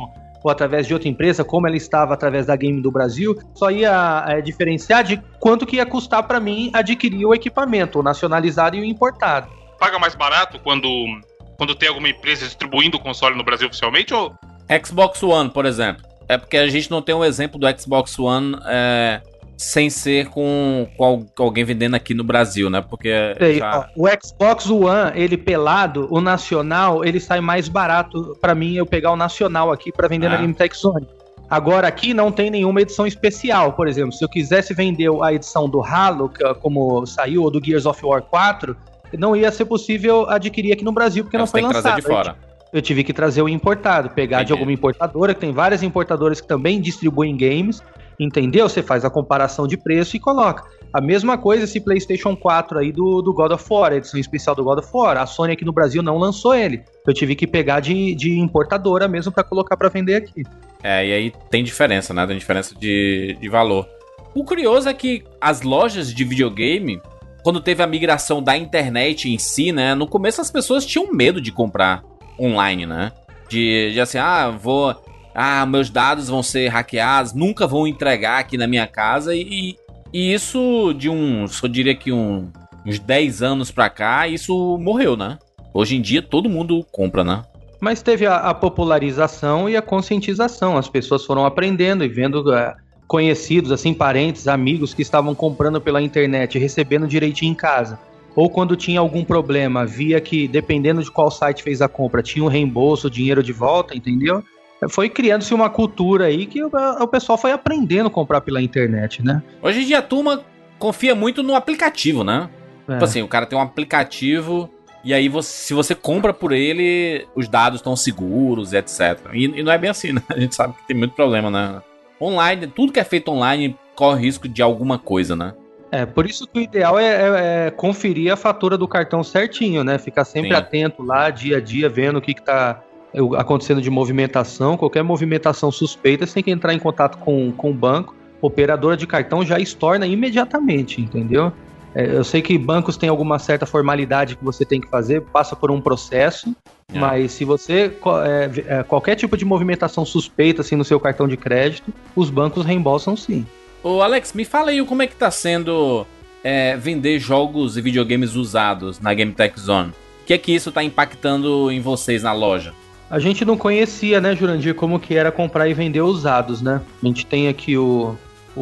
B: ou através de outra empresa, como ela estava através da Game do Brasil, só ia é, diferenciar de quanto que ia custar para mim adquirir o equipamento, o nacionalizado e o importado.
C: Paga mais barato quando, quando tem alguma empresa distribuindo o console no Brasil oficialmente? Ou...
A: Xbox One, por exemplo. É porque a gente não tem um exemplo do Xbox One é, sem ser com, com alguém vendendo aqui no Brasil, né? Porque
B: Sei,
A: já...
B: ó, o Xbox One, ele pelado, o nacional, ele sai mais barato pra mim eu pegar o nacional aqui pra vender ah. na Game Tech Zone. Agora aqui não tem nenhuma edição especial, por exemplo, se eu quisesse vender a edição do Halo, como saiu, ou do Gears of War quatro, não ia ser possível adquirir aqui no Brasil, porque é, não foi lançado. Trazer de fora. Eu tive que trazer o importado, pegar Entendi. de alguma importadora, que tem várias importadoras que também distribuem games, entendeu? Você faz a comparação de preço e coloca. A mesma coisa esse PlayStation quatro aí do, do God of War, a edição especial do God of War. A Sony aqui no Brasil não lançou ele. Eu tive que pegar de, de importadora mesmo para colocar para vender aqui.
A: É, e aí tem diferença, né? Tem diferença de, de valor. O curioso é que as lojas de videogame, quando teve a migração da internet em si, né? No começo as pessoas tinham medo de comprar online, né? De, de assim, ah, vou... Ah, meus dados vão ser hackeados, nunca vão entregar aqui na minha casa. E, e isso de uns, eu diria que um, uns dez anos pra cá, isso morreu, né? Hoje em dia todo mundo compra, né?
B: Mas teve a, a popularização e a conscientização. As pessoas foram aprendendo e vendo é, conhecidos, assim, parentes, amigos que estavam comprando pela internet, recebendo direitinho em casa. Ou quando tinha algum problema, via que, dependendo de qual site fez a compra, tinha um reembolso, dinheiro de volta, entendeu? Foi criando-se uma cultura aí que o, o pessoal foi aprendendo a comprar pela internet, né?
A: Hoje em dia a turma confia muito no aplicativo, né? É. Tipo assim, o cara tem um aplicativo e aí você, se você compra por ele, os dados estão seguros, etcétera. E, e não é bem assim, né? A gente sabe que tem muito problema, né? Online, tudo que é feito online corre risco de alguma coisa, né?
B: É, por isso que o ideal é, é, é conferir a fatura do cartão certinho, né? Ficar sempre Sim. atento lá, dia a dia, vendo o que, que tá acontecendo de movimentação. Qualquer movimentação suspeita, você tem que entrar em contato com, com o banco. Operadora de cartão já estorna imediatamente, entendeu? É, eu sei que bancos têm alguma certa formalidade que você tem que fazer, passa por um processo, é. mas se você... É, é, qualquer tipo de movimentação suspeita assim, no seu cartão de crédito, os bancos reembolsam sim.
A: Ô Alex, me fala aí como é que tá sendo é, vender jogos e videogames usados na Game Tech Zone. O que é que isso tá impactando em vocês na loja?
B: A gente não conhecia, né, Jurandir, como que era comprar e vender usados, né? A gente tem aqui o,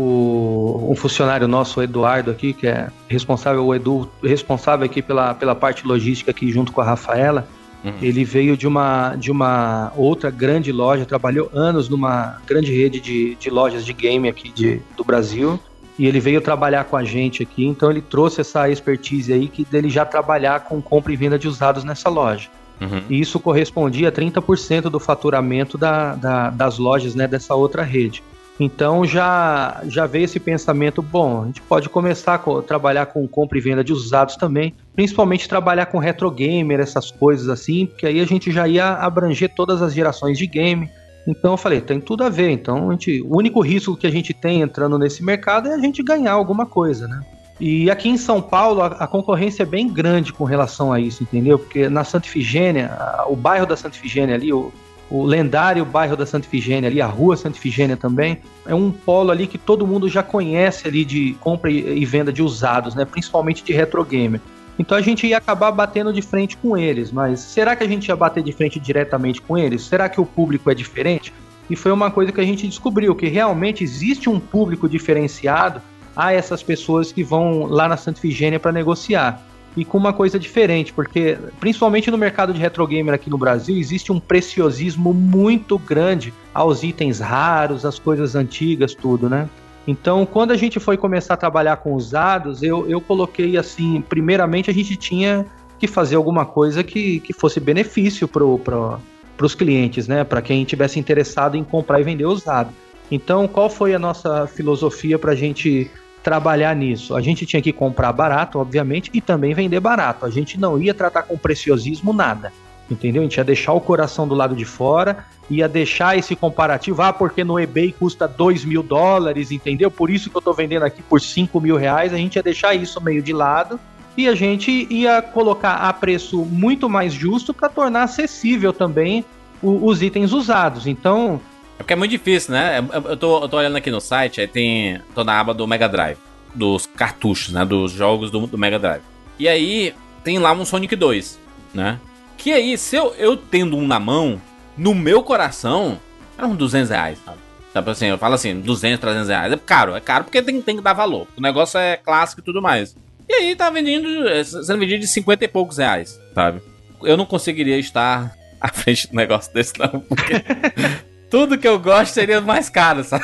B: o um funcionário nosso, o Eduardo aqui, que é responsável, o Edu, responsável aqui pela, pela parte logística aqui junto com a Rafaela. Uhum. Ele veio de uma, de uma outra grande loja, trabalhou anos numa grande rede de, de lojas de game aqui de, do Brasil, e ele veio trabalhar com a gente aqui, então ele trouxe essa expertise aí que dele já trabalhar com compra e venda de usados nessa loja. Uhum. E isso correspondia a trinta por cento do faturamento da, da, das lojas, né, dessa outra rede. Então já, já veio esse pensamento, bom, a gente pode começar a trabalhar com compra e venda de usados também, principalmente trabalhar com retro gamer, essas coisas assim, porque aí a gente já ia abranger todas as gerações de game. Então eu falei, tem tudo a ver. Então a gente, o único risco que a gente tem entrando nesse mercado é a gente ganhar alguma coisa, né? E aqui em São Paulo a, a concorrência é bem grande com relação a isso, entendeu? Porque na Santa Ifigênia, a, o bairro da Santa Ifigênia ali, o O lendário bairro da Santa Ifigênia ali, a rua Santa Ifigênia também, é um polo ali que todo mundo já conhece ali de compra e venda de usados, né? Principalmente de retro gamer. Então a gente ia acabar batendo de frente com eles, mas será que a gente ia bater de frente diretamente com eles? Será que o público é diferente? E foi uma coisa que a gente descobriu, que realmente existe um público diferenciado a essas pessoas que vão lá na Santa Ifigênia para negociar. E com uma coisa diferente, porque principalmente no mercado de retro gamer aqui no Brasil existe um preciosismo muito grande aos itens raros, às coisas antigas, tudo, né? Então, quando a gente foi começar a trabalhar com usados, eu, eu coloquei assim, primeiramente a gente tinha que fazer alguma coisa que, que fosse benefício para pro, os clientes, né? Para quem estivesse interessado em comprar e vender usado. Então, qual foi a nossa filosofia para a gente trabalhar nisso? A gente tinha que comprar barato, obviamente, e também vender barato. A gente não ia tratar com preciosismo nada, entendeu? A gente ia deixar o coração do lado de fora, ia deixar esse comparativo, ah, porque no eBay custa dois mil dólares, entendeu? Por isso que eu tô vendendo aqui por cinco mil reais, a gente ia deixar isso meio de lado e a gente ia colocar a preço muito mais justo para tornar acessível também o, os itens usados. Então,
A: porque é muito difícil, né? Eu tô, eu tô olhando aqui no site, aí tem... Tô na aba do Mega Drive, dos cartuchos, né? Dos jogos do, do Mega Drive. E aí, tem lá um Sonic dois, né? Que aí, se eu, eu tendo um na mão, no meu coração, era uns duzentos reais, sabe? Sabe assim, eu falo assim, duzentos, trezentos reais. É caro, é caro porque tem, tem que dar valor. O negócio é clássico e tudo mais. E aí tá vendendo, sendo vendido de cinquenta e poucos reais, sabe? Eu não conseguiria estar à frente do negócio desse, não, porque... Tudo que eu gosto seria mais caro, sabe?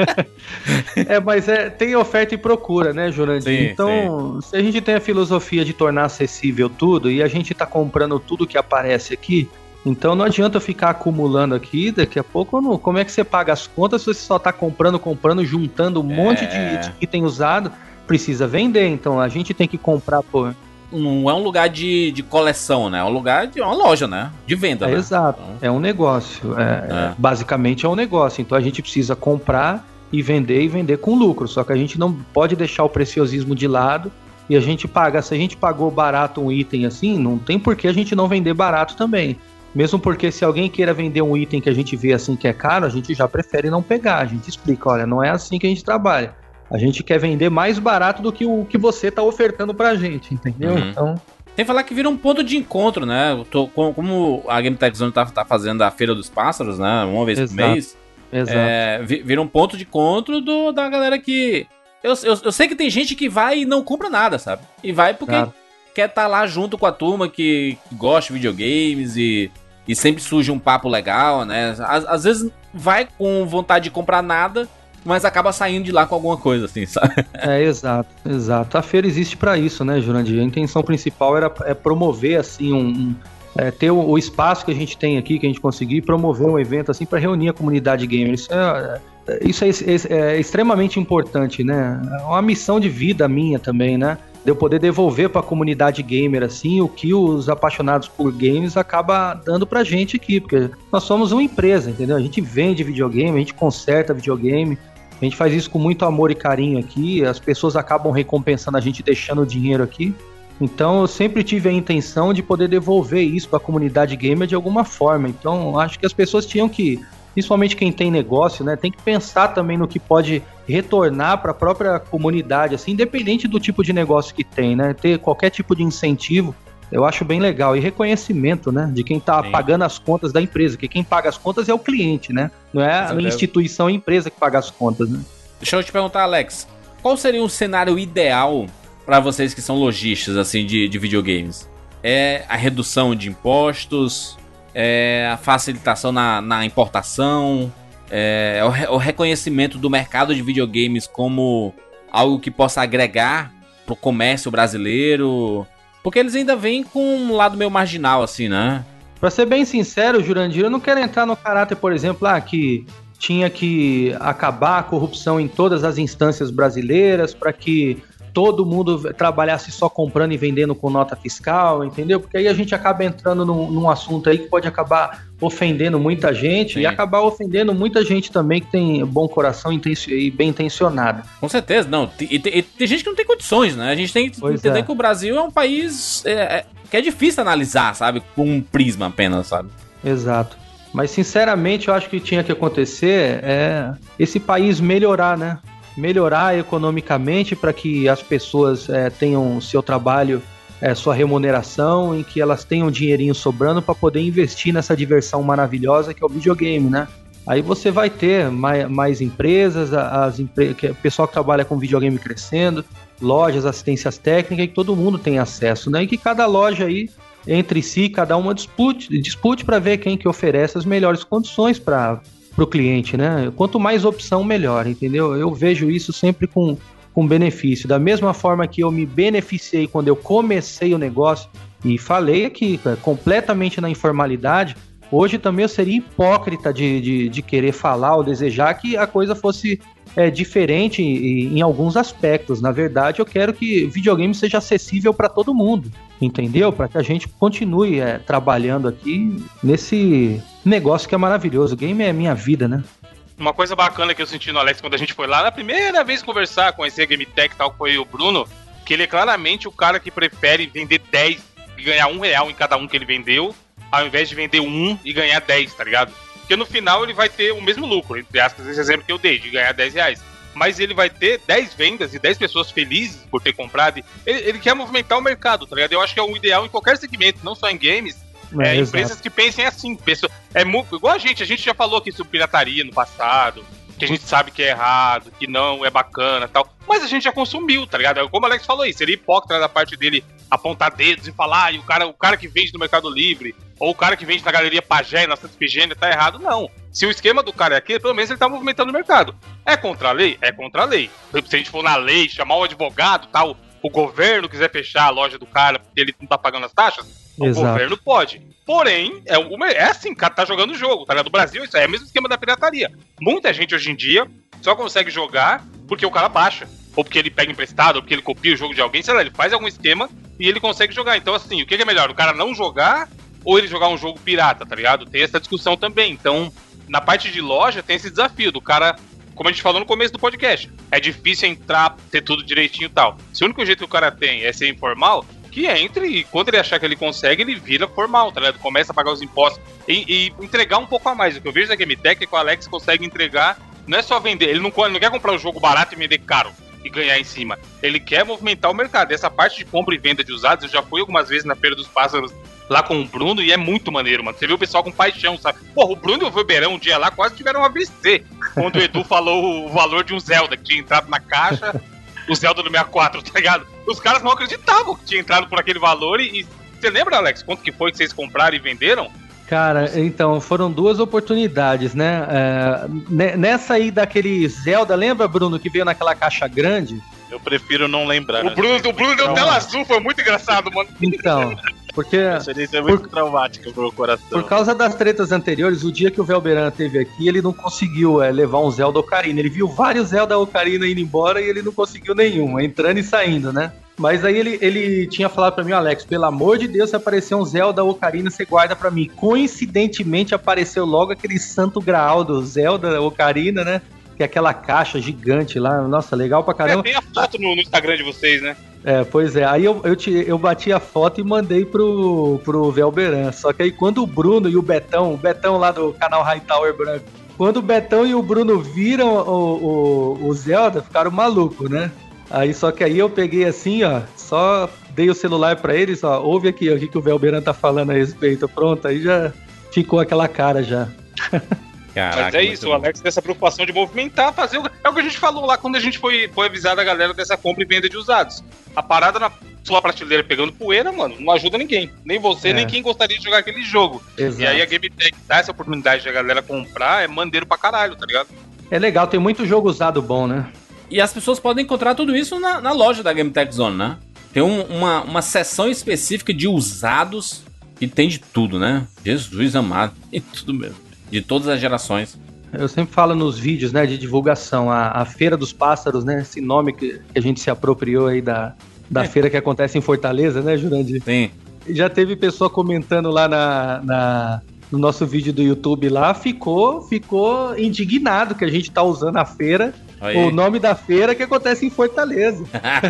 B: É, mas é, tem oferta e procura, né, Jurandir?
A: Sim,
B: então, sim. Se a gente tem a filosofia de tornar acessível tudo e a gente tá comprando tudo que aparece aqui, então não adianta eu ficar acumulando aqui, daqui a pouco, não, como é que você paga as contas se você só tá comprando, comprando, juntando um é... monte de, de item usado, precisa vender, então a gente tem que comprar por...
A: Não é um lugar de, de coleção, né? É um lugar de é uma loja, né? De venda,
B: é,
A: né?
B: Exato, então... é um negócio. É, é. Basicamente é um negócio. Então a gente precisa comprar e vender e vender com lucro. Só que a gente não pode deixar o preciosismo de lado e a gente paga. Se a gente pagou barato um item assim, não tem por que a gente não vender barato também. Mesmo porque se alguém queira vender um item que a gente vê assim que é caro, a gente já prefere não pegar. A gente explica, olha, não é assim que a gente trabalha. A gente quer vender mais barato do que o que você está ofertando pra gente, entendeu?
A: Uhum. Então... Tem que falar que vira um ponto de encontro, né? Eu tô, como a Game Tech Zone tá, tá fazendo a Feira dos Pássaros, né? Uma vez Exato. por mês.
B: Exato.
A: É, vira um ponto de encontro do, da galera que... Eu, eu, eu sei que tem gente que vai e não compra nada, sabe? E vai porque claro. quer estar tá lá junto com a turma que, que gosta de videogames e, e sempre surge um papo legal, né? Às, às vezes vai com vontade de comprar nada, mas acaba saindo de lá com alguma coisa, assim, sabe?
B: É, exato, exato. A feira existe pra isso, né, Jurandir? A intenção principal era é promover, assim, um... um é, ter o, o espaço que a gente tem aqui, que a gente conseguir promover um evento, assim, pra reunir a comunidade gamer. Isso é, isso é, é, é extremamente importante, né? É uma missão de vida minha também, né? De eu poder devolver pra comunidade gamer, assim, o que os apaixonados por games acabam dando pra gente aqui, porque nós somos uma empresa, entendeu? A gente vende videogame, a gente conserta videogame, a gente faz isso com muito amor e carinho aqui, as pessoas acabam recompensando a gente deixando o dinheiro aqui. Então eu sempre tive a intenção de poder devolver isso para a comunidade gamer de alguma forma. Então acho que as pessoas tinham que, principalmente quem tem negócio, né, tem que pensar também no que pode retornar para a própria comunidade, assim, independente do tipo de negócio que tem, né, ter qualquer tipo de incentivo. Eu acho bem legal. E reconhecimento, né? De quem tá Sim. pagando as contas da empresa. Porque quem paga as contas é o cliente, né? Não é a instituição, a empresa que paga as contas, né?
A: Deixa eu te perguntar, Alex. Qual seria um cenário ideal para vocês que são lojistas, assim, de, de videogames? É a redução de impostos? É a facilitação na, na importação? É o, re, o reconhecimento do mercado de videogames como algo que possa agregar pro comércio brasileiro? Porque eles ainda vêm com um lado meio marginal, assim, né?
B: Pra ser bem sincero, Jurandir, eu não quero entrar no caráter, por exemplo, ah, que tinha que acabar a corrupção em todas as instâncias brasileiras para que todo mundo trabalhasse só comprando e vendendo com nota fiscal, entendeu? Porque aí a gente acaba entrando num, num assunto aí que pode acabar ofendendo muita gente Sim. e acabar ofendendo muita gente também que tem bom coração e bem intencionado.
A: Com certeza, não. E tem, e tem gente que não tem condições, né? A gente tem que pois entender é. que o Brasil é um país é, é, que é difícil analisar, sabe? Com um prisma apenas, sabe?
B: Exato. Mas, sinceramente, eu acho que tinha que acontecer é esse país melhorar, né? Melhorar economicamente para que as pessoas é, tenham seu trabalho, é, sua remuneração, em que elas tenham dinheirinho sobrando para poder investir nessa diversão maravilhosa que é o videogame, né? Aí você vai ter mais, mais empresas, as empre... o pessoal que trabalha com videogame crescendo, lojas, assistências técnicas, e que todo mundo tem acesso, né? E que cada loja aí, entre si, cada uma dispute, dispute para ver quem que oferece as melhores condições para pro cliente, né? Quanto mais opção, melhor, entendeu? Eu vejo isso sempre com, com benefício. Da mesma forma que eu me beneficiei quando eu comecei o negócio e falei aqui, completamente na informalidade, hoje também eu seria hipócrita de, de, de querer falar ou desejar que a coisa fosse é, diferente em, em alguns aspectos. Na verdade, eu quero que videogame seja acessível para todo mundo, entendeu? Para que a gente continue é, trabalhando aqui nesse negócio que é maravilhoso. O game é minha vida, né?
C: Uma coisa bacana que eu senti no Alex quando a gente foi lá, na primeira vez conversar, conhecer a Game Tech e tal, foi o Bruno, que ele é claramente o cara que prefere vender dez e ganhar um real em cada um que ele vendeu, ao invés de vender um e ganhar dez, tá ligado? Porque no final ele vai ter o mesmo lucro, entre aspas, esse exemplo que eu dei, de ganhar dez reais. Mas ele vai ter dez vendas e dez pessoas felizes por ter comprado. Ele, ele quer movimentar o mercado, tá ligado? Eu acho que é o ideal em qualquer segmento, não só em games. É, é, empresas que pensem assim. Pessoa, é, igual a gente, a gente já falou aqui sobre pirataria no passado, que a gente sabe que é errado, que não é bacana e tal. Mas a gente já consumiu, tá ligado? Como o Alex falou aí, seria hipócrita da parte dele apontar dedos e falar, ah, e o cara, o cara que vende no Mercado Livre, ou o cara que vende na Galeria Pagé, na Santa Efigênia, tá errado. Não. Se o esquema do cara é aquele, pelo menos ele tá movimentando o mercado. É contra a lei? É contra a lei. Se a gente for na lei, chamar o advogado, tal, o governo quiser fechar a loja do cara porque ele não tá pagando as taxas, Exato. O governo pode. Porém, é, uma, é assim, o cara tá jogando o jogo, tá ligado? No Brasil, isso é o mesmo esquema da pirataria. Muita gente hoje em dia só consegue jogar porque o cara baixa. Ou porque ele pega emprestado, ou porque ele copia o jogo de alguém, sei lá, ele faz algum esquema e ele consegue jogar. Então, assim, o que é melhor? O cara não jogar ou ele jogar um jogo pirata, tá ligado? Tem essa discussão também. Então, na parte de loja, tem esse desafio do cara, como a gente falou no começo do podcast, é difícil entrar, ter tudo direitinho e tal. Se o único jeito que o cara tem é ser informal, que entre e quando ele achar que ele consegue, ele vira formal, tá ligado? Começa a pagar os impostos e, e entregar um pouco a mais. O que eu vejo da GameTech é que o Alex consegue entregar, não é só vender, ele não, ele não quer comprar um jogo barato e vender caro e ganhar em cima. Ele quer movimentar o mercado. Essa parte de compra e venda de usados, eu já fui algumas vezes na Feira dos Pássaros lá com o Bruno e é muito maneiro, mano. Você vê o pessoal com paixão, sabe? Porra, o Bruno e o Velberão um dia lá quase tiveram um A V C quando o Edu falou o valor de um Zelda que tinha entrado na caixa, o Zelda do sessenta e quatro, tá ligado? Os caras não acreditavam que tinha entrado por aquele valor e, e você lembra, Alex, quanto que foi que vocês compraram e venderam?
B: Cara, então, foram duas oportunidades, né? É, nessa aí daquele Zelda, lembra, Bruno, que veio naquela caixa grande?
D: Eu prefiro não lembrar.
C: O Bruno, o Bruno deu não. tela azul, foi muito engraçado, mano.
B: Então, porque...
D: Essa experiência é muito por, traumática pro meu coração.
B: Por causa das tretas anteriores, o dia que o Velberan esteve aqui, ele não conseguiu é, levar um Zelda Ocarina. Ele viu vários Zelda Ocarina indo embora e ele não conseguiu nenhum, entrando e saindo, né? Mas aí ele, ele tinha falado pra mim, Alex, pelo amor de Deus, se aparecer um Zelda Ocarina, você guarda pra mim. Coincidentemente apareceu logo aquele santo graal do Zelda Ocarina, né? Que é aquela caixa gigante lá. Nossa, legal pra caramba.
C: É, tem a foto no, no Instagram de vocês, né?
B: É, pois é. Aí eu, eu, te, eu bati a foto e mandei pro, pro Velberan. Só que aí quando o Bruno e o Betão, o Betão lá do canal Hightower Branco, quando o Betão e o Bruno viram o, o, o Zelda, ficaram malucos, né? Aí, só que aí eu peguei assim, ó, só dei o celular pra eles, ó, ouve aqui, ó, o que, que o Velberan tá falando a respeito, pronto, aí já ficou aquela cara já.
C: Caraca, mas é isso, bom. O Alex tem essa preocupação de movimentar, fazer o... É o que a gente falou lá quando a gente foi, foi avisar da galera dessa compra e venda de usados. A parada na sua prateleira pegando poeira, mano, não ajuda ninguém. Nem você, é. nem quem gostaria de jogar aquele jogo. Exato. E aí a GameTech dá essa oportunidade de a galera comprar, é mandeiro pra caralho, tá ligado?
B: É legal, tem muito jogo usado bom, né?
A: E as pessoas podem encontrar tudo isso na, na loja da GameTech Zone, né? Tem um, uma, uma seção específica de usados que tem de tudo, né? Jesus amado, e tudo mesmo. De todas as gerações.
B: Eu sempre falo nos vídeos, né, de divulgação, a, a Feira dos Pássaros, né? Esse nome que, que a gente se apropriou aí da, da é. feira que acontece em Fortaleza, né, Jurandir?
A: Sim.
B: Já teve pessoa comentando lá na... na... no nosso vídeo do YouTube lá, ficou, ficou indignado que a gente tá usando a feira, Oi. o nome da feira que acontece em Fortaleza.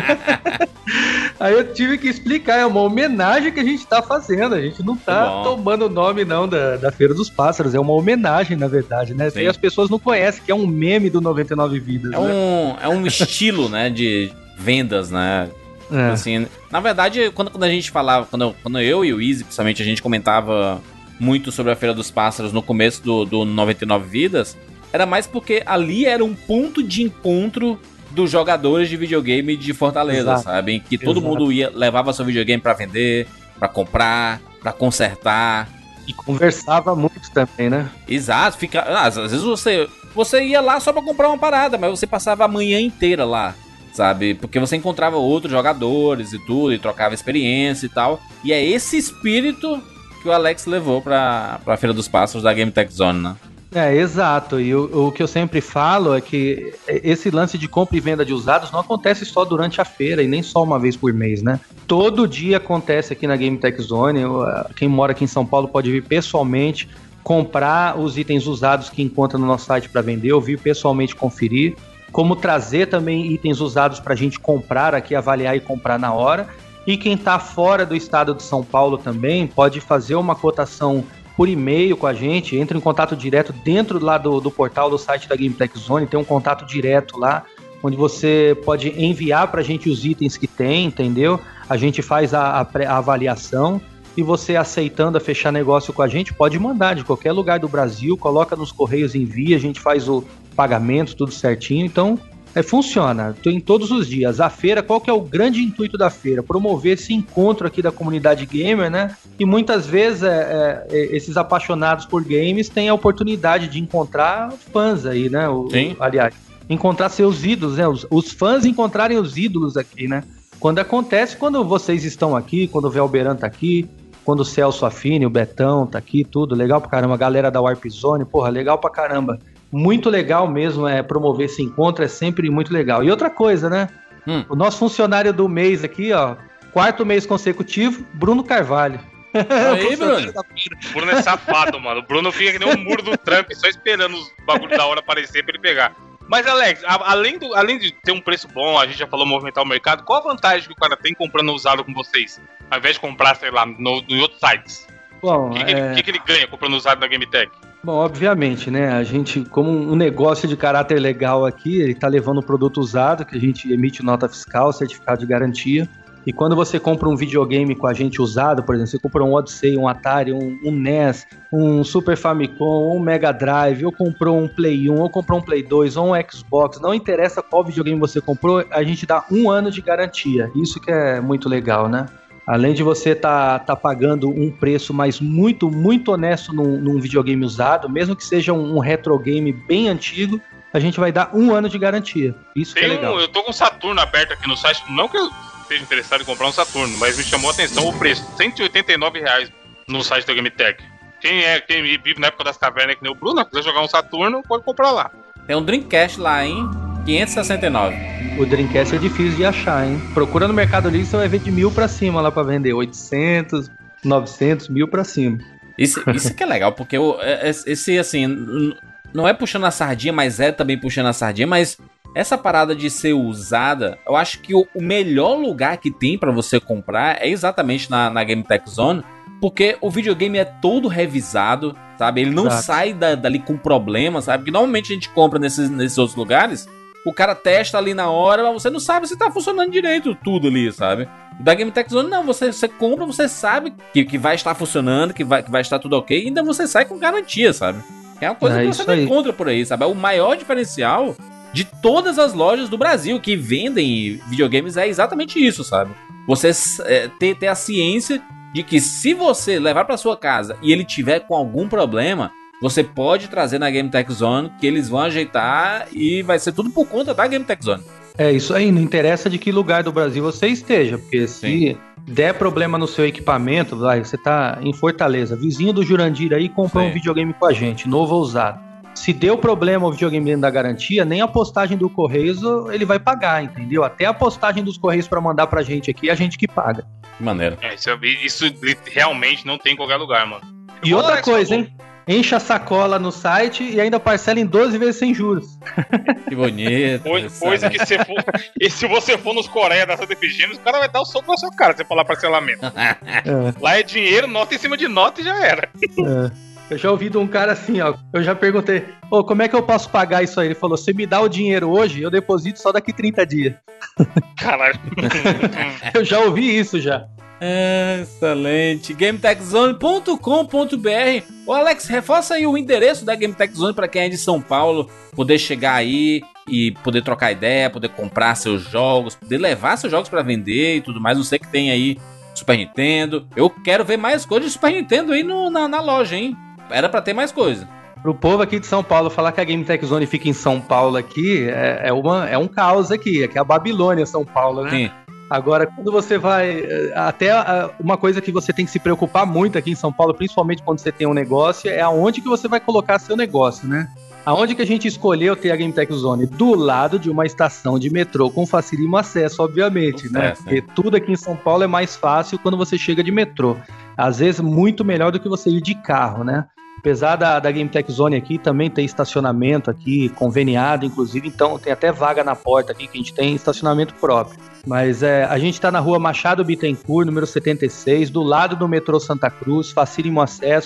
B: Aí eu tive que explicar, é uma homenagem que a gente tá fazendo, a gente não tá Bom. tomando o nome não da, da Feira dos Pássaros, é uma homenagem na verdade, né? E as pessoas não conhecem, que é um meme do noventa e nove Vidas.
A: É, né? um, é um estilo, né, de vendas, né? É. Assim, na verdade, quando, quando a gente falava, quando, quando eu e o Easy, principalmente, a gente comentava muito sobre a Feira dos Pássaros no começo do, do noventa e nove Vidas, era mais porque ali era um ponto de encontro dos jogadores de videogame de Fortaleza, Exato. sabe? Em que todo Exato. mundo ia, levava seu videogame pra vender, pra comprar, pra consertar.
B: E conversava muito também, né?
A: Exato. Fica, às vezes você, você ia lá só pra comprar uma parada, mas você passava a manhã inteira lá, sabe? Porque você encontrava outros jogadores e tudo, e trocava experiência e tal. E é esse espírito que o Alex levou pra, pra Feira dos Pássaros da GameTech Zone, né?
B: É, exato. E o, o que eu sempre falo é que esse lance de compra e venda de usados não acontece só durante a feira e nem só uma vez por mês, né? Todo dia acontece aqui na GameTech Zone. Quem mora aqui em São Paulo pode vir pessoalmente comprar os itens usados que encontra no nosso site para vender, ou vir pessoalmente conferir, como trazer também itens usados para a gente comprar aqui, avaliar e comprar na hora. E quem está fora do estado de São Paulo também pode fazer uma cotação por e-mail com a gente, entra em contato direto dentro lá do, do portal do site da Game Tech Zone, tem um contato direto lá, onde você pode enviar pra gente os itens que tem, entendeu? A gente faz a, a, a avaliação e você aceitando a fechar negócio com a gente, pode mandar de qualquer lugar do Brasil, coloca nos correios, envia, a gente faz o pagamento, tudo certinho, então é, funciona, em todos os dias. A feira, qual que é o grande intuito da feira? Promover esse encontro aqui da comunidade gamer, né? E muitas vezes é, é, esses apaixonados por games têm a oportunidade de encontrar fãs aí, né? O,
A: Sim.
B: Aliás, encontrar seus ídolos, né? Os, os fãs encontrarem os ídolos aqui, né? Quando acontece, quando vocês estão aqui, quando o Velberan tá aqui, quando o Celso Affini, o Betão tá aqui, tudo legal pra caramba, a galera da Warp Zone, porra, legal pra caramba. Muito legal mesmo, é promover esse encontro, é sempre muito legal. E outra coisa, né? Hum. O nosso funcionário do mês aqui, ó, quarto mês consecutivo, Bruno Carvalho.
A: Aí, Bruno.
C: O Bruno é safado, mano. O Bruno fica que nem um muro do Trump, só esperando os bagulhos da hora aparecer pra ele pegar. Mas, Alex, a, além, do, além de ter um preço bom, a gente já falou movimentar o mercado, qual a vantagem que o cara tem comprando usado com vocês? Ao invés de comprar, sei lá, no, em outros sites.
B: Bom,
C: o que, que,
B: é...
C: ele, que, que ele ganha comprando usado na GameTech?
B: Bom, obviamente, né? A gente, como um negócio de caráter legal aqui, ele tá levando um produto usado, que a gente emite nota fiscal, certificado de garantia. E quando você compra um videogame com a gente usado, por exemplo, você compra um Odyssey, um Atari, um, um N E S, um Super Famicom, um Mega Drive, ou comprou um Play um, ou comprou um Play dois, ou um Xbox, não interessa qual videogame você comprou, a gente dá um ano de garantia. Isso que é muito legal, né? Além de você tá, tá pagando um preço, mas muito, muito honesto num, num videogame usado, mesmo que seja um, um retro game bem antigo, a gente vai dar um ano de garantia. Isso
C: Tem
B: que é legal.
C: Um, eu tô com o Saturno aberto aqui no site, não que eu esteja interessado em comprar um Saturno, mas me chamou a atenção o preço, cento e oitenta e nove reais no site da GameTech. Quem é, quem vive na época das cavernas que nem o Bruno, quiser jogar um Saturno, pode comprar lá.
A: Tem um Dreamcast lá, hein? quinhentos e sessenta e nove.
B: O Dreamcast é difícil de achar, hein? Procura no Mercado Livre, você vai ver de mil pra cima lá pra vender. oitocentos, novecentos, mil pra cima.
A: Isso, isso que é legal, porque o, esse, assim, não é puxando a sardinha, mas é também puxando a sardinha, mas essa parada de ser usada, eu acho que o, o melhor lugar que tem pra você comprar é exatamente na, na Game Tech Zone, porque o videogame é todo revisado, sabe? Ele não Exato. sai da, dali com problema, sabe? Porque normalmente a gente compra nesses, nesses outros lugares, o cara testa ali na hora, mas você não sabe se tá funcionando direito tudo ali, sabe? Da Game Tech Zone, não, você, você compra, você sabe que, que vai estar funcionando, que vai, que vai estar tudo ok, e ainda você sai com garantia, sabe? É uma coisa é que você não encontra por aí, sabe? O maior diferencial de todas as lojas do Brasil que vendem videogames é exatamente isso, sabe? Você é, ter, ter a ciência de que se você levar pra sua casa e ele tiver com algum problema, você pode trazer na Game Tech Zone, que eles vão ajeitar e vai ser tudo por conta da Game Tech Zone.
B: É isso aí, não interessa de que lugar do Brasil você esteja, porque se Sim. der problema no seu equipamento, vai, você tá em Fortaleza, vizinho do Jurandir aí, comprou Sim. um videogame com a gente, novo ou usado. Se deu problema o videogame dentro da garantia, nem a postagem do Correios ele vai pagar, entendeu? Até a postagem dos Correios pra mandar pra gente aqui, é a gente que paga.
A: Que maneiro.
C: É, isso, isso realmente não tem em qualquer lugar, mano.
B: E
C: Eu
B: outra coisa, hein? Enche a sacola no site e ainda parcela em doze vezes sem juros.
A: Que bonito.
C: Coisa, coisa que se for. E se você for nos Coreia da Santa Efigênia, os caras vão dar o soco na sua cara se você falar parcelamento. É. Lá é dinheiro, nota em cima de nota e já era.
B: É. Eu já ouvi de um cara assim, ó. Eu já perguntei, ô, oh, como é que eu posso pagar isso aí? Ele falou, você me dá o dinheiro hoje, eu deposito só daqui trinta dias.
C: Caralho.
B: Eu já ouvi isso já.
A: Excelente. GameTechZone ponto com ponto b r. Ô Alex, reforça aí o endereço da GameTech Zone para quem é de São Paulo poder chegar aí e poder trocar ideia, poder comprar seus jogos, poder levar seus jogos para vender e tudo mais. Não sei que tem aí Super Nintendo. Eu quero ver mais coisas de Super Nintendo aí no, na, na loja, hein? Era para ter mais coisa.
B: Pro povo aqui de São Paulo, falar que a Game Tech Zone fica em São Paulo aqui é, é, uma, é um caos aqui. Aqui é a Babilônia, São Paulo, né?
A: Sim.
B: Agora, quando você vai... Até uma coisa que você tem que se preocupar muito aqui em São Paulo, principalmente quando você tem um negócio, é aonde que você vai colocar seu negócio, né? Aonde que a gente escolheu ter a Game Tech Zone? Do lado de uma estação de metrô, com facílimo acesso, obviamente,
A: Nossa,
B: né?
A: é,
B: Porque tudo aqui em São Paulo é mais fácil quando você chega de metrô. Às vezes, muito melhor do que você ir de carro, né? Apesar da, da Game Tech Zone aqui também tem estacionamento aqui, conveniado, inclusive, então tem até vaga na porta aqui, que a gente tem estacionamento próprio. Mas é, a gente está na rua Machado Bittencourt, número setenta e seis, do lado do metrô Santa Cruz, facílimo acesso.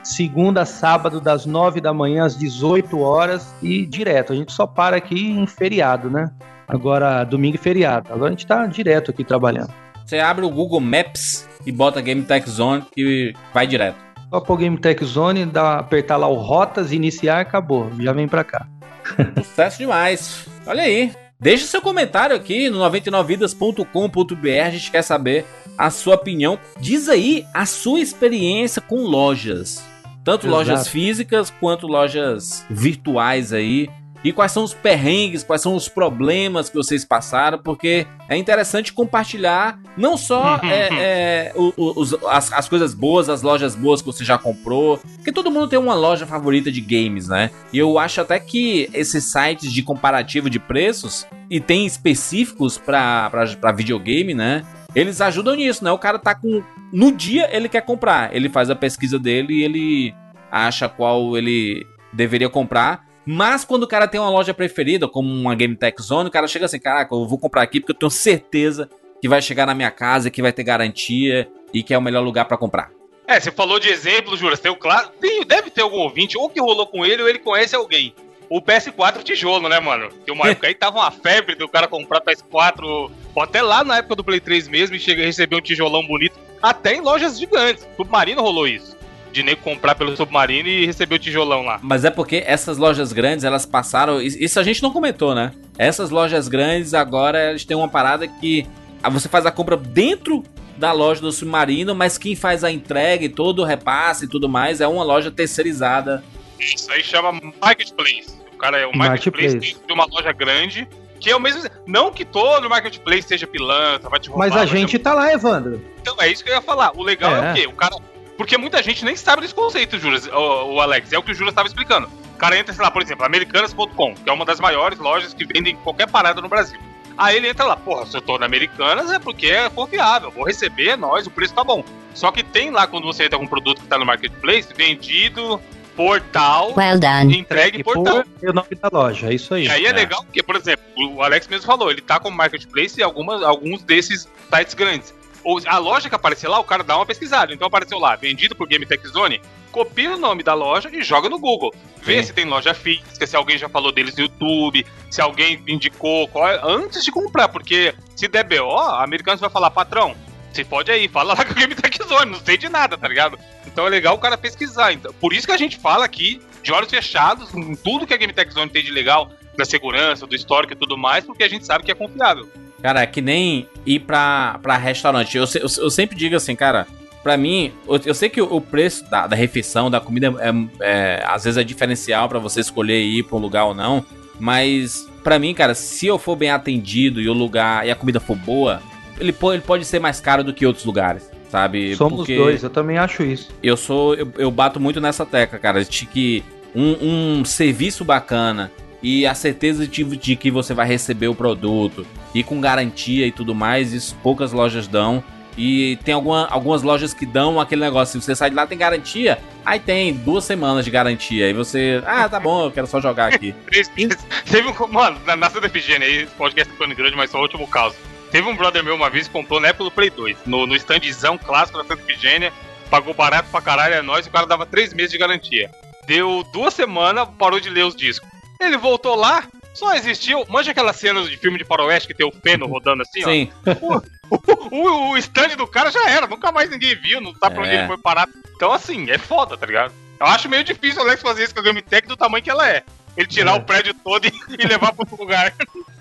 B: segunda a sábado, das nove da manhã às dezoito horas e direto. A gente só para aqui em feriado, né? Agora, domingo e feriado. Agora a gente tá direto aqui trabalhando.
A: Você abre o Google Maps e bota Game Tech Zone que vai direto.
B: Só pôr Game Tech Zone, dá, apertar lá o rotas, iniciar, acabou. Já vem pra cá.
A: Sucesso demais. Olha aí. Deixe seu comentário aqui no noventa e nove vidas ponto com ponto b r. A gente quer saber a sua opinião. Diz aí a sua experiência com lojas. Tanto
B: Exato.
A: Lojas físicas quanto lojas virtuais aí. E quais são os perrengues, quais são os problemas que vocês passaram, porque é interessante compartilhar não só é, é, os, as, as coisas boas, as lojas boas que você já comprou, porque todo mundo tem uma loja favorita de games, né? E eu acho até que esses sites de comparativo de preços, e tem específicos para videogame, né? Eles ajudam nisso, né? O cara tá com... No dia ele quer comprar, ele faz a pesquisa dele e ele acha qual ele deveria comprar. Mas quando o cara tem uma loja preferida, como uma Game Tech Zone, o cara chega assim, caraca, eu vou comprar aqui porque eu tenho certeza que vai chegar na minha casa, que vai ter garantia e que é o melhor lugar pra comprar.
C: É, você falou de exemplo, Juras, tem o claro, tem, deve ter algum ouvinte, ou que rolou com ele, ou ele conhece alguém. O P S quatro tijolo, né, mano? Tem uma época aí tava uma febre do cara comprar P S quatro, ou até lá na época do Play três mesmo, e chega a receber um tijolão bonito, até em lojas gigantes. Submarino rolou isso. De nego comprar pelo Submarino e receber o tijolão lá.
A: Mas é porque essas lojas grandes, elas passaram... Isso a gente não comentou, né? Essas lojas grandes, agora, elas têm uma parada que... Você faz a compra dentro da loja do Submarino, mas quem faz a entrega e todo o repasse e tudo mais é uma loja terceirizada.
C: Isso aí chama Marketplace. O cara é o Marketplace,
B: Marketplace.
C: de uma loja grande, que é o mesmo... Não que todo Marketplace seja pilantra, vai te roubar...
B: Mas a gente tá lá, Evandro.
C: Então, é isso que eu ia falar. O legal é,
B: É.
C: o quê? O cara... Porque muita gente nem sabe desse conceito, Juras, o, o Alex. É o que o Juras estava explicando. O cara entra, sei lá, por exemplo, americanas ponto com, que é uma das maiores lojas que vendem qualquer parada no Brasil. Aí ele entra lá, porra, se eu tô na Americanas é porque é confiável, vou receber, é nóis, o preço tá bom. Só que tem lá, quando você entra com um produto que tá no Marketplace, vendido, portal,
E: Well done.
C: entregue
B: E
C: portal.
B: pôr o nome da loja, é isso aí.
C: E aí é,
A: É.
C: legal porque, por exemplo, o Alex mesmo falou, ele tá como Marketplace em algumas, alguns desses sites grandes. A loja que aparecer lá, o cara dá uma pesquisada. Então apareceu lá, vendido por Game Tech Zone, copia o nome da loja e joga no Google. Vê
A: Sim.
C: se tem loja física, se alguém já falou deles no YouTube, se alguém indicou qual é, antes de comprar. Porque se der B O, a Americanas vai falar, patrão, você pode aí, fala lá com a Game Tech Zone, não sei de nada, tá ligado? Então é legal o cara pesquisar. Então, por isso que a gente fala aqui, de olhos fechados, em tudo que a Game Tech Zone tem de legal, da segurança, do histórico e tudo mais, porque a gente sabe que é confiável.
A: Cara, é que nem ir pra, pra restaurante. Eu, eu, eu sempre digo assim, cara, pra mim, eu, eu sei que o, o preço da, da refeição, da comida, é, é, às vezes é diferencial pra você escolher ir pra um lugar ou não. Mas, pra mim, cara, se eu for bem atendido e o lugar e a comida for boa, ele, pô, ele pode ser mais caro do que outros lugares, sabe?
B: Somos
A: Porque
B: dois, eu também acho isso.
A: Eu sou, eu, eu bato muito nessa tecla, cara, de que um, um serviço bacana e a certeza de, de que você vai receber o produto e com garantia e tudo mais, isso poucas lojas dão. E tem alguma, algumas lojas que dão aquele negócio, se você sai de lá tem garantia, aí tem duas semanas de garantia, aí você, ah, tá bom, eu quero só jogar aqui.
C: Teve um, mano, na, na Santa Efigênia aí, podcast ficando grande, mas só o último caso. Teve um brother meu uma vez que comprou na época do Play dois, no, no standzão clássico da Santa Efigênia, pagou barato pra caralho, é nóis, e o cara dava três meses de garantia. Deu duas semanas, parou de ler os discos. Ele voltou lá, só existiu. Manja aquelas cenas de filme de faroeste que tem o feno rodando assim,
A: Sim.
C: ó. O, o, o stand do cara já era, nunca mais ninguém viu, não sabe pra onde
A: É.
C: ele foi parar. Então, assim, é foda, tá ligado? Eu acho meio difícil o Alex fazer isso com a Game Tech do tamanho que ela é. Ele tirar
B: É.
C: o prédio todo e, e levar pra outro lugar.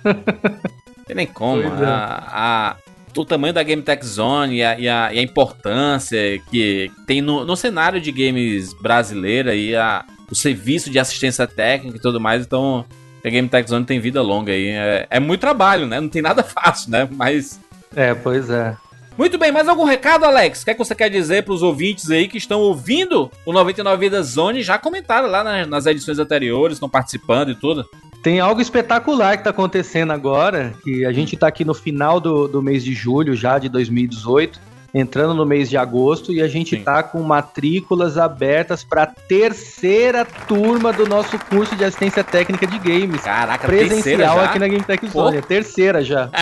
A: Tem nem como.
B: Pois é.
A: A, a- o tamanho da Game Tech Zone e a, e a- e a importância que tem no, no cenário de games brasileira e a, o serviço de assistência técnica e tudo mais. Então, a Game Tech Zone tem vida longa aí. É, é muito trabalho, né? Não tem nada fácil, né? Mas...
B: É, pois é.
A: Muito bem, mais algum recado, Alex? O que é que você quer dizer pros ouvintes aí que estão ouvindo o noventa e nove Vidas Zone? Já comentaram lá na- nas edições anteriores, estão participando e tudo.
B: Tem algo espetacular que tá acontecendo agora, que a gente tá aqui no final do, do mês de julho já, de dois mil e dezoito, entrando no mês de agosto, e a gente
A: Sim.
B: tá com matrículas abertas para terceira turma do nosso curso de assistência técnica de games.
A: Caraca, terceira
B: Presencial
A: já?
B: aqui na Game Tech Zone,
A: Pô.
B: terceira já.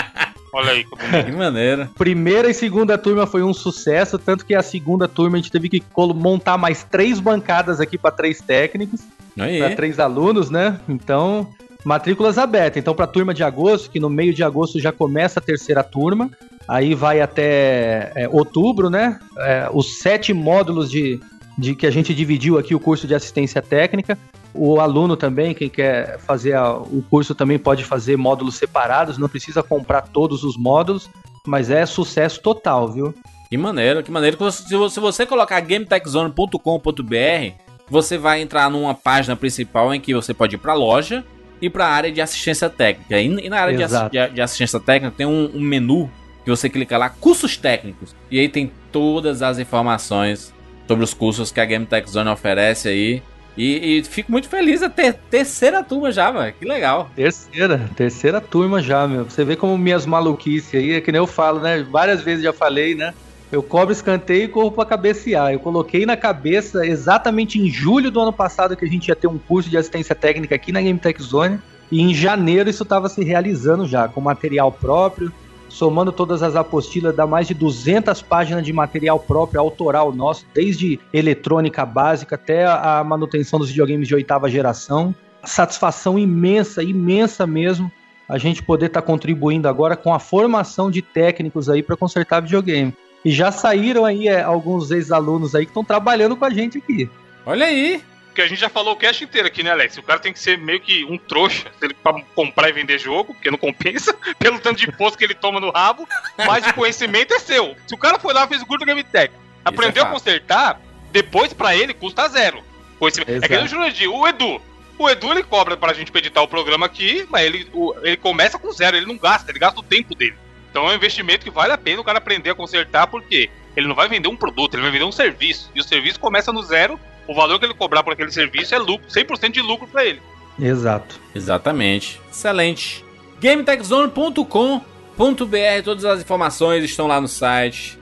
C: Olha aí, que bonito.
A: Que maneiro.
B: Primeira e segunda turma foi um sucesso, tanto que a segunda turma a gente teve que montar mais três bancadas aqui para três técnicos, para três alunos, né? Então, matrículas abertas. Então, para a turma de agosto, que no meio de agosto já começa a terceira turma, aí vai até é, outubro, né? É, os sete módulos de, de que a gente dividiu aqui o curso de assistência técnica. O aluno também, quem quer fazer a, o curso também pode fazer módulos separados, não precisa comprar todos os módulos, mas é sucesso total, viu?
A: Que maneiro, que maneiro. Se você, se você colocar gametechzone ponto com ponto b r, você vai entrar numa página principal em que você pode ir para a loja e para a área de assistência técnica. E, e na área de, de, de assistência técnica tem um, um menu que você clica lá, cursos técnicos. E aí tem todas as informações sobre os cursos que a GameTechZone oferece aí. E, e fico muito feliz a ter terceira turma já, mano. Que legal.
B: Terceira, terceira turma já, meu. Você vê como minhas maluquices aí, é que nem eu falo, né? Várias vezes já falei, né? Eu cobro escanteio e corro pra cabecear. Eu coloquei na cabeça exatamente em julho do ano passado que a gente ia ter um curso de assistência técnica aqui na GameTechZone. E em janeiro isso estava se realizando já, com material próprio. Somando todas as apostilas, dá mais de duzentas páginas de material próprio, autoral nosso, desde eletrônica básica até a manutenção dos videogames de oitava geração. Satisfação imensa, imensa mesmo, a gente poder estar tá contribuindo agora com a formação de técnicos aí para consertar videogame. E já saíram aí é, alguns ex-alunos aí que estão trabalhando com a gente aqui.
A: Olha aí!
C: Porque a gente já falou o cast inteiro aqui, né, Alex? O cara tem que ser meio que um trouxa pra comprar e vender jogo, porque não compensa, pelo tanto de imposto que ele toma no rabo, mas o conhecimento é seu. Se o cara foi lá e fez o curso da GameTech, aprendeu é a consertar, depois pra ele custa zero. É que nem o Jurandir, o Edu. O Edu, ele cobra pra gente editar o programa aqui, mas ele, o, ele começa com zero, ele não gasta, ele gasta o tempo dele. Então é um investimento que vale a pena o cara aprender a consertar, porque ele não vai vender um produto, ele vai vender um serviço. E o serviço começa no zero. O valor que ele cobrar por aquele serviço é lucro, cem por cento de lucro pra ele.
B: Exato.
A: Exatamente. Excelente. gametechzone ponto com ponto b r, todas as informações estão lá no site.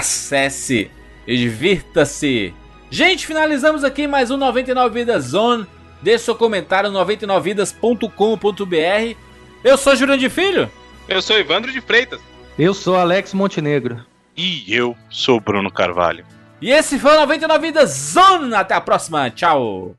A: Acesse e divirta-se. Gente, finalizamos aqui mais um noventa e nove Vidas Zone. Deixe seu comentário no noventa e nove vidas ponto com ponto b r. Eu sou Jurandir Filho.
C: Eu sou Evandro de Freitas.
B: Eu sou Alex Montenegro.
D: E eu sou Bruno Carvalho.
A: E esse foi o noventa e nove Vidas Zone. Até a próxima. Tchau.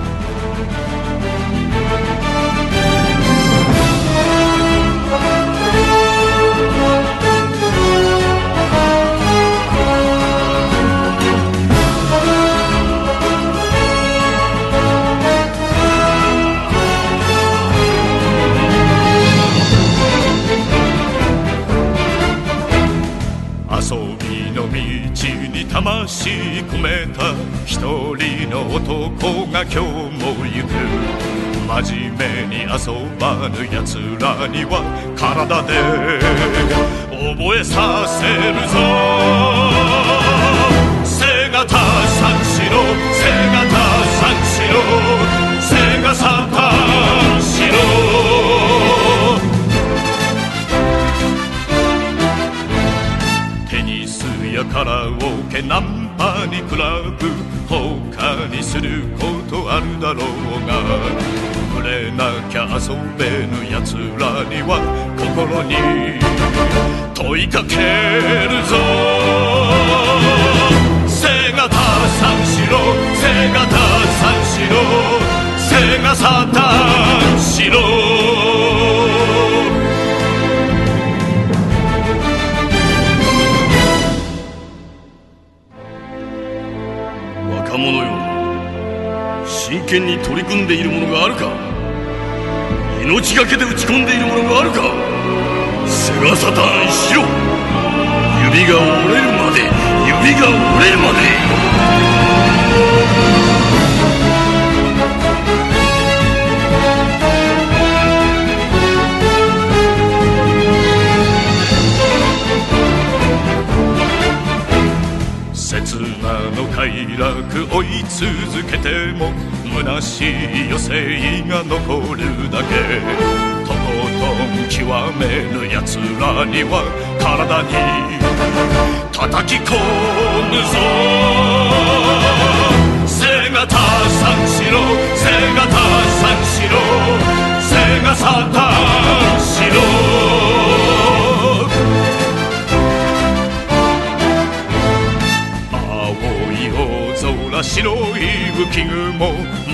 E: 魂込めた一人の男が今日も行く真面目に遊ばぬ奴らには体で覚えさせるぞ背がた三四郎背がた三四郎背がさ三四郎カラオケナンパにクラブ他にすることあるだろうが触れなきゃ遊べぬ奴らには心に問いかけるぞ背がた三四郎背がた三四郎背がさ三四郎若者よ真剣に取り組んでいるものがあるか命がけで打ち込んでいるものがあるかセガサターンしろ指が折れるまで指が折れるまで刹那の快楽追い続けても虚しい余生が残るだけとことん極めぬ奴らには体に叩き込むぞ背がた三四郎背がた三四郎背がさ三四郎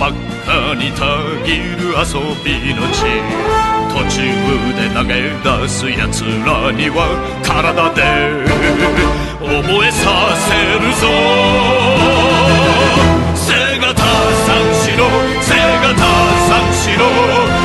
E: ばっかにたぎる遊びの地途中で投げ出す奴らには体で覚えさせるぞ背がた三四郎背がた三四郎